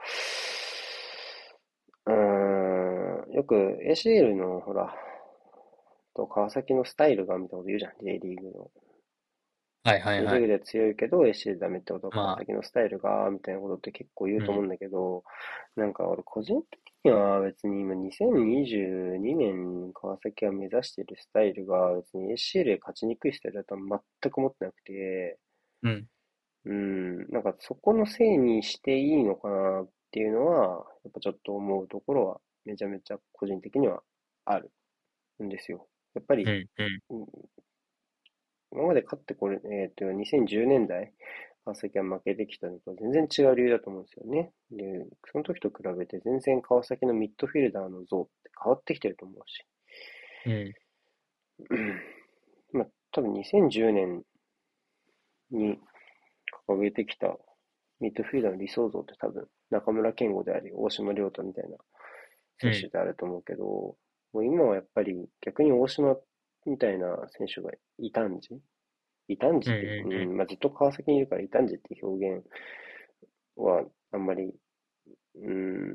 Speaker 1: うーん、よく エーシーエル のほら、と川崎のスタイルがみたいなこと言うじゃん、J リーグの。
Speaker 2: はいはい
Speaker 1: J
Speaker 2: はい。
Speaker 1: リーグで強いけど エーシーエル ダメってことは川
Speaker 2: まあ、
Speaker 1: 崎のスタイルが、みたいなことって結構言う
Speaker 2: うん。
Speaker 1: と思うんだけど、なんか俺個人的には別に今にせんにじゅうにねん川崎が目指しているスタイルが別に エーシーエル で勝ちにくいスタイルだとは全く思ってなくて、
Speaker 2: うん。
Speaker 1: うん、なんかそこのせいにしていいのかなっていうのは、やっぱちょっと思うところはめちゃめちゃ個人的にはあるんですよ。やっぱり、
Speaker 2: うん。うん。
Speaker 1: うん、今まで勝ってこれ、えっと、にせんじゅうねんだい、川崎は負けてきたのと全然違う理由だと思うんですよね。で、その時と比べて全然川崎のミッドフィルダーの像って変わってきてると思うし。
Speaker 2: うん。
Speaker 1: まあ、多分にせんじゅうねんに掲げてきたミッドフィルダーの理想像って多分中村健吾であり、大島亮太みたいな選手
Speaker 2: うん。
Speaker 1: であると思うけど、もう今はやっぱり逆に大島みたいな選手が異端児異端児
Speaker 2: うん。
Speaker 1: って、う
Speaker 2: うん。
Speaker 1: ん、まあ、ずっと川崎にいるから異端児っていう表現はあんまり、うん、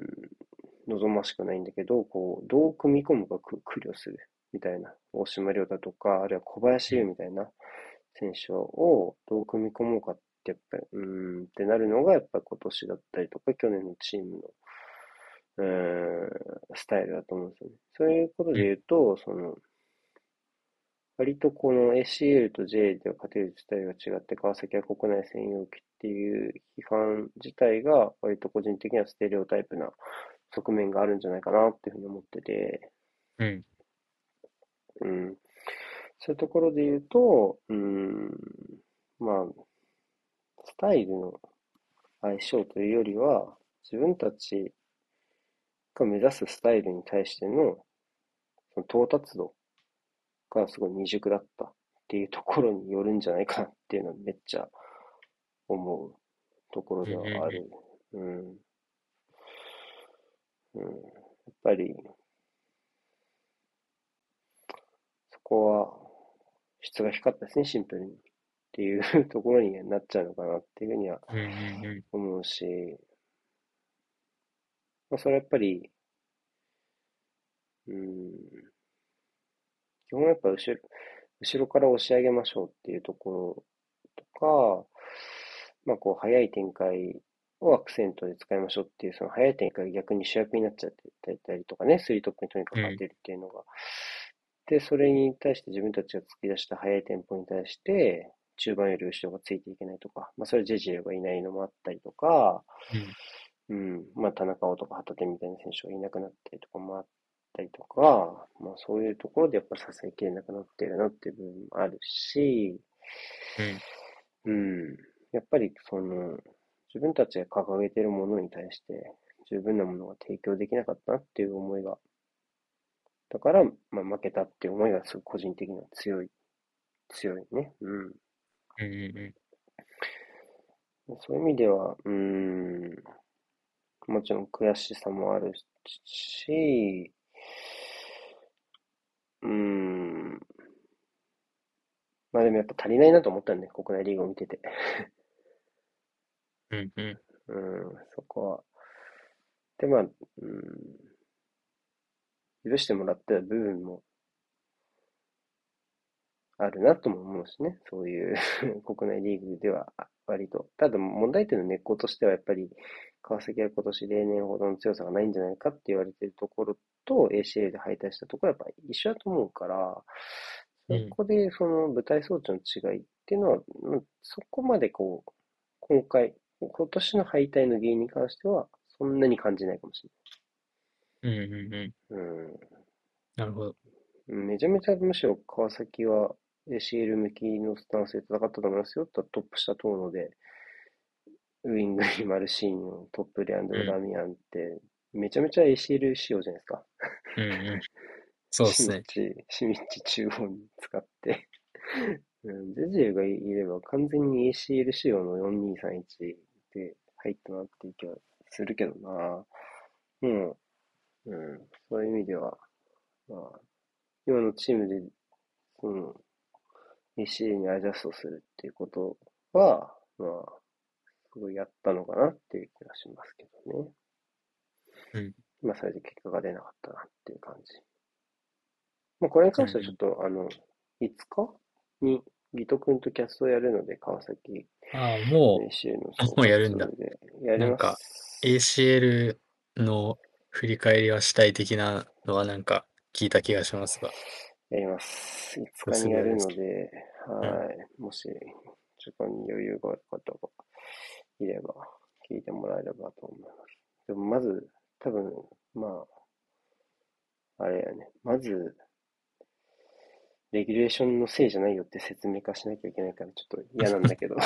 Speaker 1: 望ましくないんだけど、こう、どう組み込むか苦慮するみたいな、大島亮太とか、あるいは小林優みたいな選手をどう組み込もうかってやっぱり、うーんってなるのがやっぱり今年だったりとか、去年のチームの、うーん、スタイルだと思うんですよね。そういうことで
Speaker 2: うん。
Speaker 1: 言うと、その、割とこの エーシーエル と J では勝てる自体が違って、川崎は国内専用機っていう批判自体が割と個人的にはステレオタイプな側面があるんじゃないかなっていうふうに思ってて、
Speaker 2: うん。
Speaker 1: うん。そういうところで言うと、うん、まあ、スタイルの相性というよりは、自分たちが目指すスタイルに対してのその到達度がすごい未熟だったっていうところによるんじゃないかなっていうのはめっちゃ思うところ
Speaker 2: うん。
Speaker 1: ではあ
Speaker 2: うん。
Speaker 1: る。うん。うん。やっぱり、そこは質が低かったですね、シンプルに。っていうところになっちゃうのかなっていうふうには
Speaker 2: うん。うん。
Speaker 1: 思うし、まあ、それはやっぱり、うん、基本やっぱ後ろ、後ろから押し上げましょうっていうところとか、まあこう早い展開をアクセントで使いましょうっていう、その早い展開が逆に主役になっちゃってたりとかね、スリートップにとにかく当てるっていうのが。で、それに対して自分たちが突き出した速いテンポに対して、中盤より後ろがついていけないとか、まあそれはジェジエがいないのもあったりとか、
Speaker 2: うん。
Speaker 1: うん、まあ田中碧とか旗手みたいな選手がいなくなったりとかもあったりとか、まあそういうところでやっぱ支えきれなくなってるなっていう部分もあるし、
Speaker 2: うん。
Speaker 1: うん。やっぱり、その、自分たちが掲げているものに対して、十分なものが提供できなかったなっていう思いが、だから、まあ、負けたっていう思いがすごく個人的には強い、強いね。うん。
Speaker 2: うん。
Speaker 1: そういう意味では、うん、もちろん悔しさもあるし、うん、 まあでもやっぱ足りないなと思ったんで、国内リーグを見てて。
Speaker 2: うんうん。
Speaker 1: うん、そこは。で、まあ、うん、許してもらった部分もあるなとも思うしね。そういう国内リーグでは割と。ただ問題点の根っことしてはやっぱり川崎は今年例年ほどの強さがないんじゃないかって言われているところと エーシーエル で敗退したところはやっぱ一緒だと思うから、
Speaker 2: うん。
Speaker 1: そこでその舞台装置の違いっていうのは、まあそこまでこう、今回、今年の敗退の原因に関してはそんなに感じないかもし
Speaker 2: うんうんうん。
Speaker 1: れない。うん。
Speaker 2: なるほど。
Speaker 1: めちゃめちゃむしろ川崎は エーシーエル 向きのスタンスで戦ったと思いますよとトップ下通るので、ウィングにマルシーニョ、トップレアンドロ・
Speaker 2: うん。
Speaker 1: ダミアンって、めちゃめちゃ エーシーエル 仕様じゃないですか。
Speaker 2: うんうん。そうで
Speaker 1: シ
Speaker 2: すね。
Speaker 1: ミッチ、シミッチ中央に使ってうん、ジェジェがいれば完全に エーシーエル 仕様のよんにーさんいちで入ったなっていう気はするけどな。うん、うん、そういう意味では、まあ、今のチームで、その、エーシーエル にアジャストするっていうことは、まあ、すごいやったのかなっていう気がしますけどね。
Speaker 2: うん。
Speaker 1: まあ、それで結果が出なかったなっていう感じ。まあ、これに関してはちょっ
Speaker 2: うんうん。
Speaker 1: と、あの、いつかに、ギト君とキャストをやるので、川崎
Speaker 2: ああ、も
Speaker 1: エーシーエル の
Speaker 2: う、もう
Speaker 1: 総括
Speaker 2: やるんだ。
Speaker 1: でやりま
Speaker 2: なんか、
Speaker 1: す。
Speaker 2: エーシーエル の振り返りはしたい的なのはなんか聞いた気がしますが、
Speaker 1: やります。いつか
Speaker 2: す
Speaker 1: にやる
Speaker 2: ごいです。
Speaker 1: ので、
Speaker 2: うん。
Speaker 1: はい。もし、時間に余裕がある方がいれば、聞いてもらえればと思います。でも、まず、多分、まあ、あれやね。まず、レギュレーションのせいじゃないよって説明化しなきゃいけないからちょっと嫌なんだけど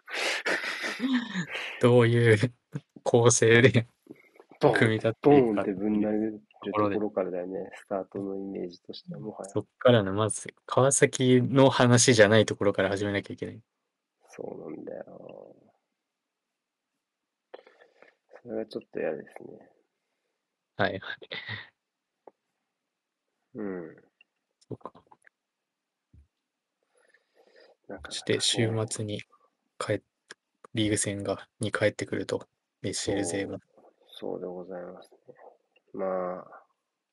Speaker 2: どういう構成で
Speaker 1: ボーンって、
Speaker 2: 組み立て
Speaker 1: ボ
Speaker 2: ていくかっ
Speaker 1: ーンってぶん
Speaker 2: ていう
Speaker 1: 投げる
Speaker 2: ところで、
Speaker 1: ところからだよね。スタートのイメージとしてはもはや。
Speaker 2: そっからの、まず、川崎の話じゃないところから始めなきゃいけない。
Speaker 1: そうなんだよ。それはちょっと嫌ですね。
Speaker 2: はいはい。
Speaker 1: うん。
Speaker 2: そうか。
Speaker 1: なかな
Speaker 2: そして週
Speaker 1: かね。
Speaker 2: 末に帰っ、リーグ戦が、に帰ってくると、エーシーエル 勢も。
Speaker 1: そう、そうでございますね。まあ、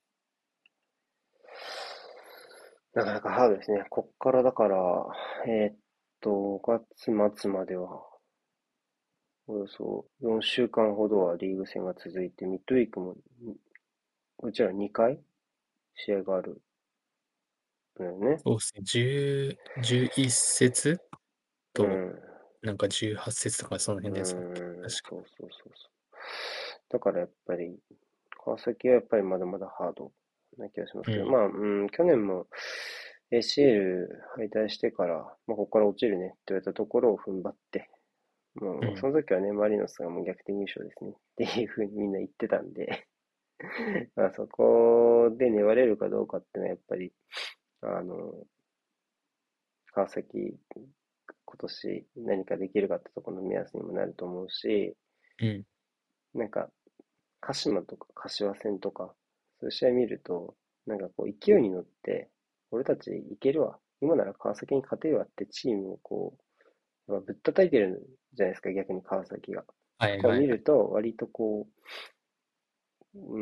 Speaker 1: なかなかハードですね。こっからだから、えーっと、ごがつ末までは、およそよんしゅうかんほどはリーグ戦が続いて、ミッドウィークも、うちらにかい試合があるのよね。
Speaker 2: そうですね。じゅう、じゅういっ節と、
Speaker 1: うん。
Speaker 2: なんかじゅうはち節とかその
Speaker 1: う
Speaker 2: 辺ですもんね。
Speaker 1: ーん、
Speaker 2: 確か。
Speaker 1: そうそうそうそう。だからやっぱり、川崎はやっぱりまだまだハードな気がしますけど、
Speaker 2: うん。
Speaker 1: まあ、うん、去年も エーシーエル 敗退してから、まあ、ここから落ちるねって言われたところを踏ん張って、もう、
Speaker 2: うん。
Speaker 1: その時はね、マリノスがもう逆転優勝ですねっていうふうにみんな言ってたんでまあそこで粘れるかどうかっていうのはやっぱり、あの、川崎、今年何かできるかってところの目安にもなると思うし、
Speaker 2: うん。
Speaker 1: なんか、鹿島とか柏戦とか、そういう試合見ると、なんかこう勢いに乗って、俺たちいけるわ。今なら川崎に勝てるわってチームをこう、まあ、ぶったたいてるじゃないですか、逆に川崎が。とかを見
Speaker 2: はいはいはい。
Speaker 1: ると、割とこう、うん、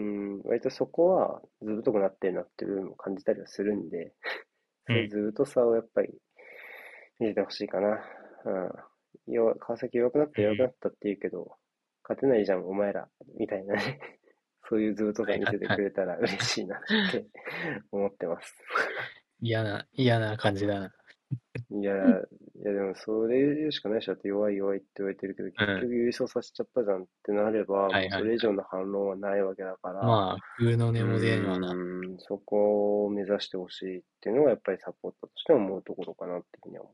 Speaker 1: 割とそこはずぶとくなってるなっていう部分も感じたりはするんで、そういう
Speaker 2: うん。
Speaker 1: ずぶとさをやっぱり見せてほしいかな。うん。弱川崎弱くなった弱くな
Speaker 2: うん。
Speaker 1: ったって言うけど、勝てないじゃん、お前ら、みたいなね。そういうずぶとさ
Speaker 2: はい
Speaker 1: 見せて
Speaker 2: はいはい。
Speaker 1: くれたら嬉しいなって思ってます。
Speaker 2: 嫌な、嫌な感じだな。
Speaker 1: いや、いやでもそれしかないでしょ。だって弱い弱いって言われてるけど、結
Speaker 2: うん。
Speaker 1: 局優勝させちゃったじゃんってなれば、
Speaker 2: は
Speaker 1: もう
Speaker 2: いはいはい。
Speaker 1: それ以上の反論はないわけだから、
Speaker 2: まあ、風の
Speaker 1: う
Speaker 2: 根も出ぬわな。
Speaker 1: ーん、そこを目指してほしいっていうのがやっぱりサポーターとして思うところかなっていうふうには思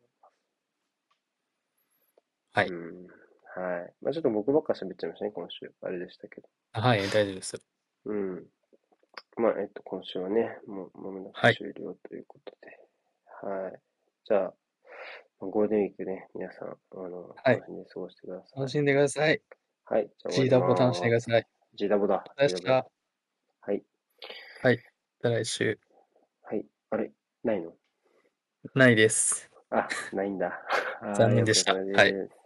Speaker 1: う。
Speaker 2: はい。
Speaker 1: うん。はい。まあちょっと僕ばっか喋っちゃいましたね、今週。あれでしたけど。
Speaker 2: はい、大丈夫ですよ。
Speaker 1: うん。まあ、えっと、今週はね、もう間もなく
Speaker 2: はい。
Speaker 1: 終了ということで。はい。じゃあ、ゴールデンウィークね、皆さん、あの、
Speaker 2: はい。
Speaker 1: 楽しんで過ごしてください。
Speaker 2: 楽しんでください。
Speaker 1: はい。じゃあ終わ
Speaker 2: G
Speaker 1: り
Speaker 2: ダボ楽しんでく
Speaker 1: ます。
Speaker 2: ださい。
Speaker 1: ジーダボだ。
Speaker 2: で
Speaker 1: ジーダボだ。
Speaker 2: した。
Speaker 1: はい。
Speaker 2: はい。また来週。
Speaker 1: はい。あれないの
Speaker 2: ないです。
Speaker 1: あ、ないんだ。はーい、お疲れ
Speaker 2: 残念でした。はい。
Speaker 1: 様です。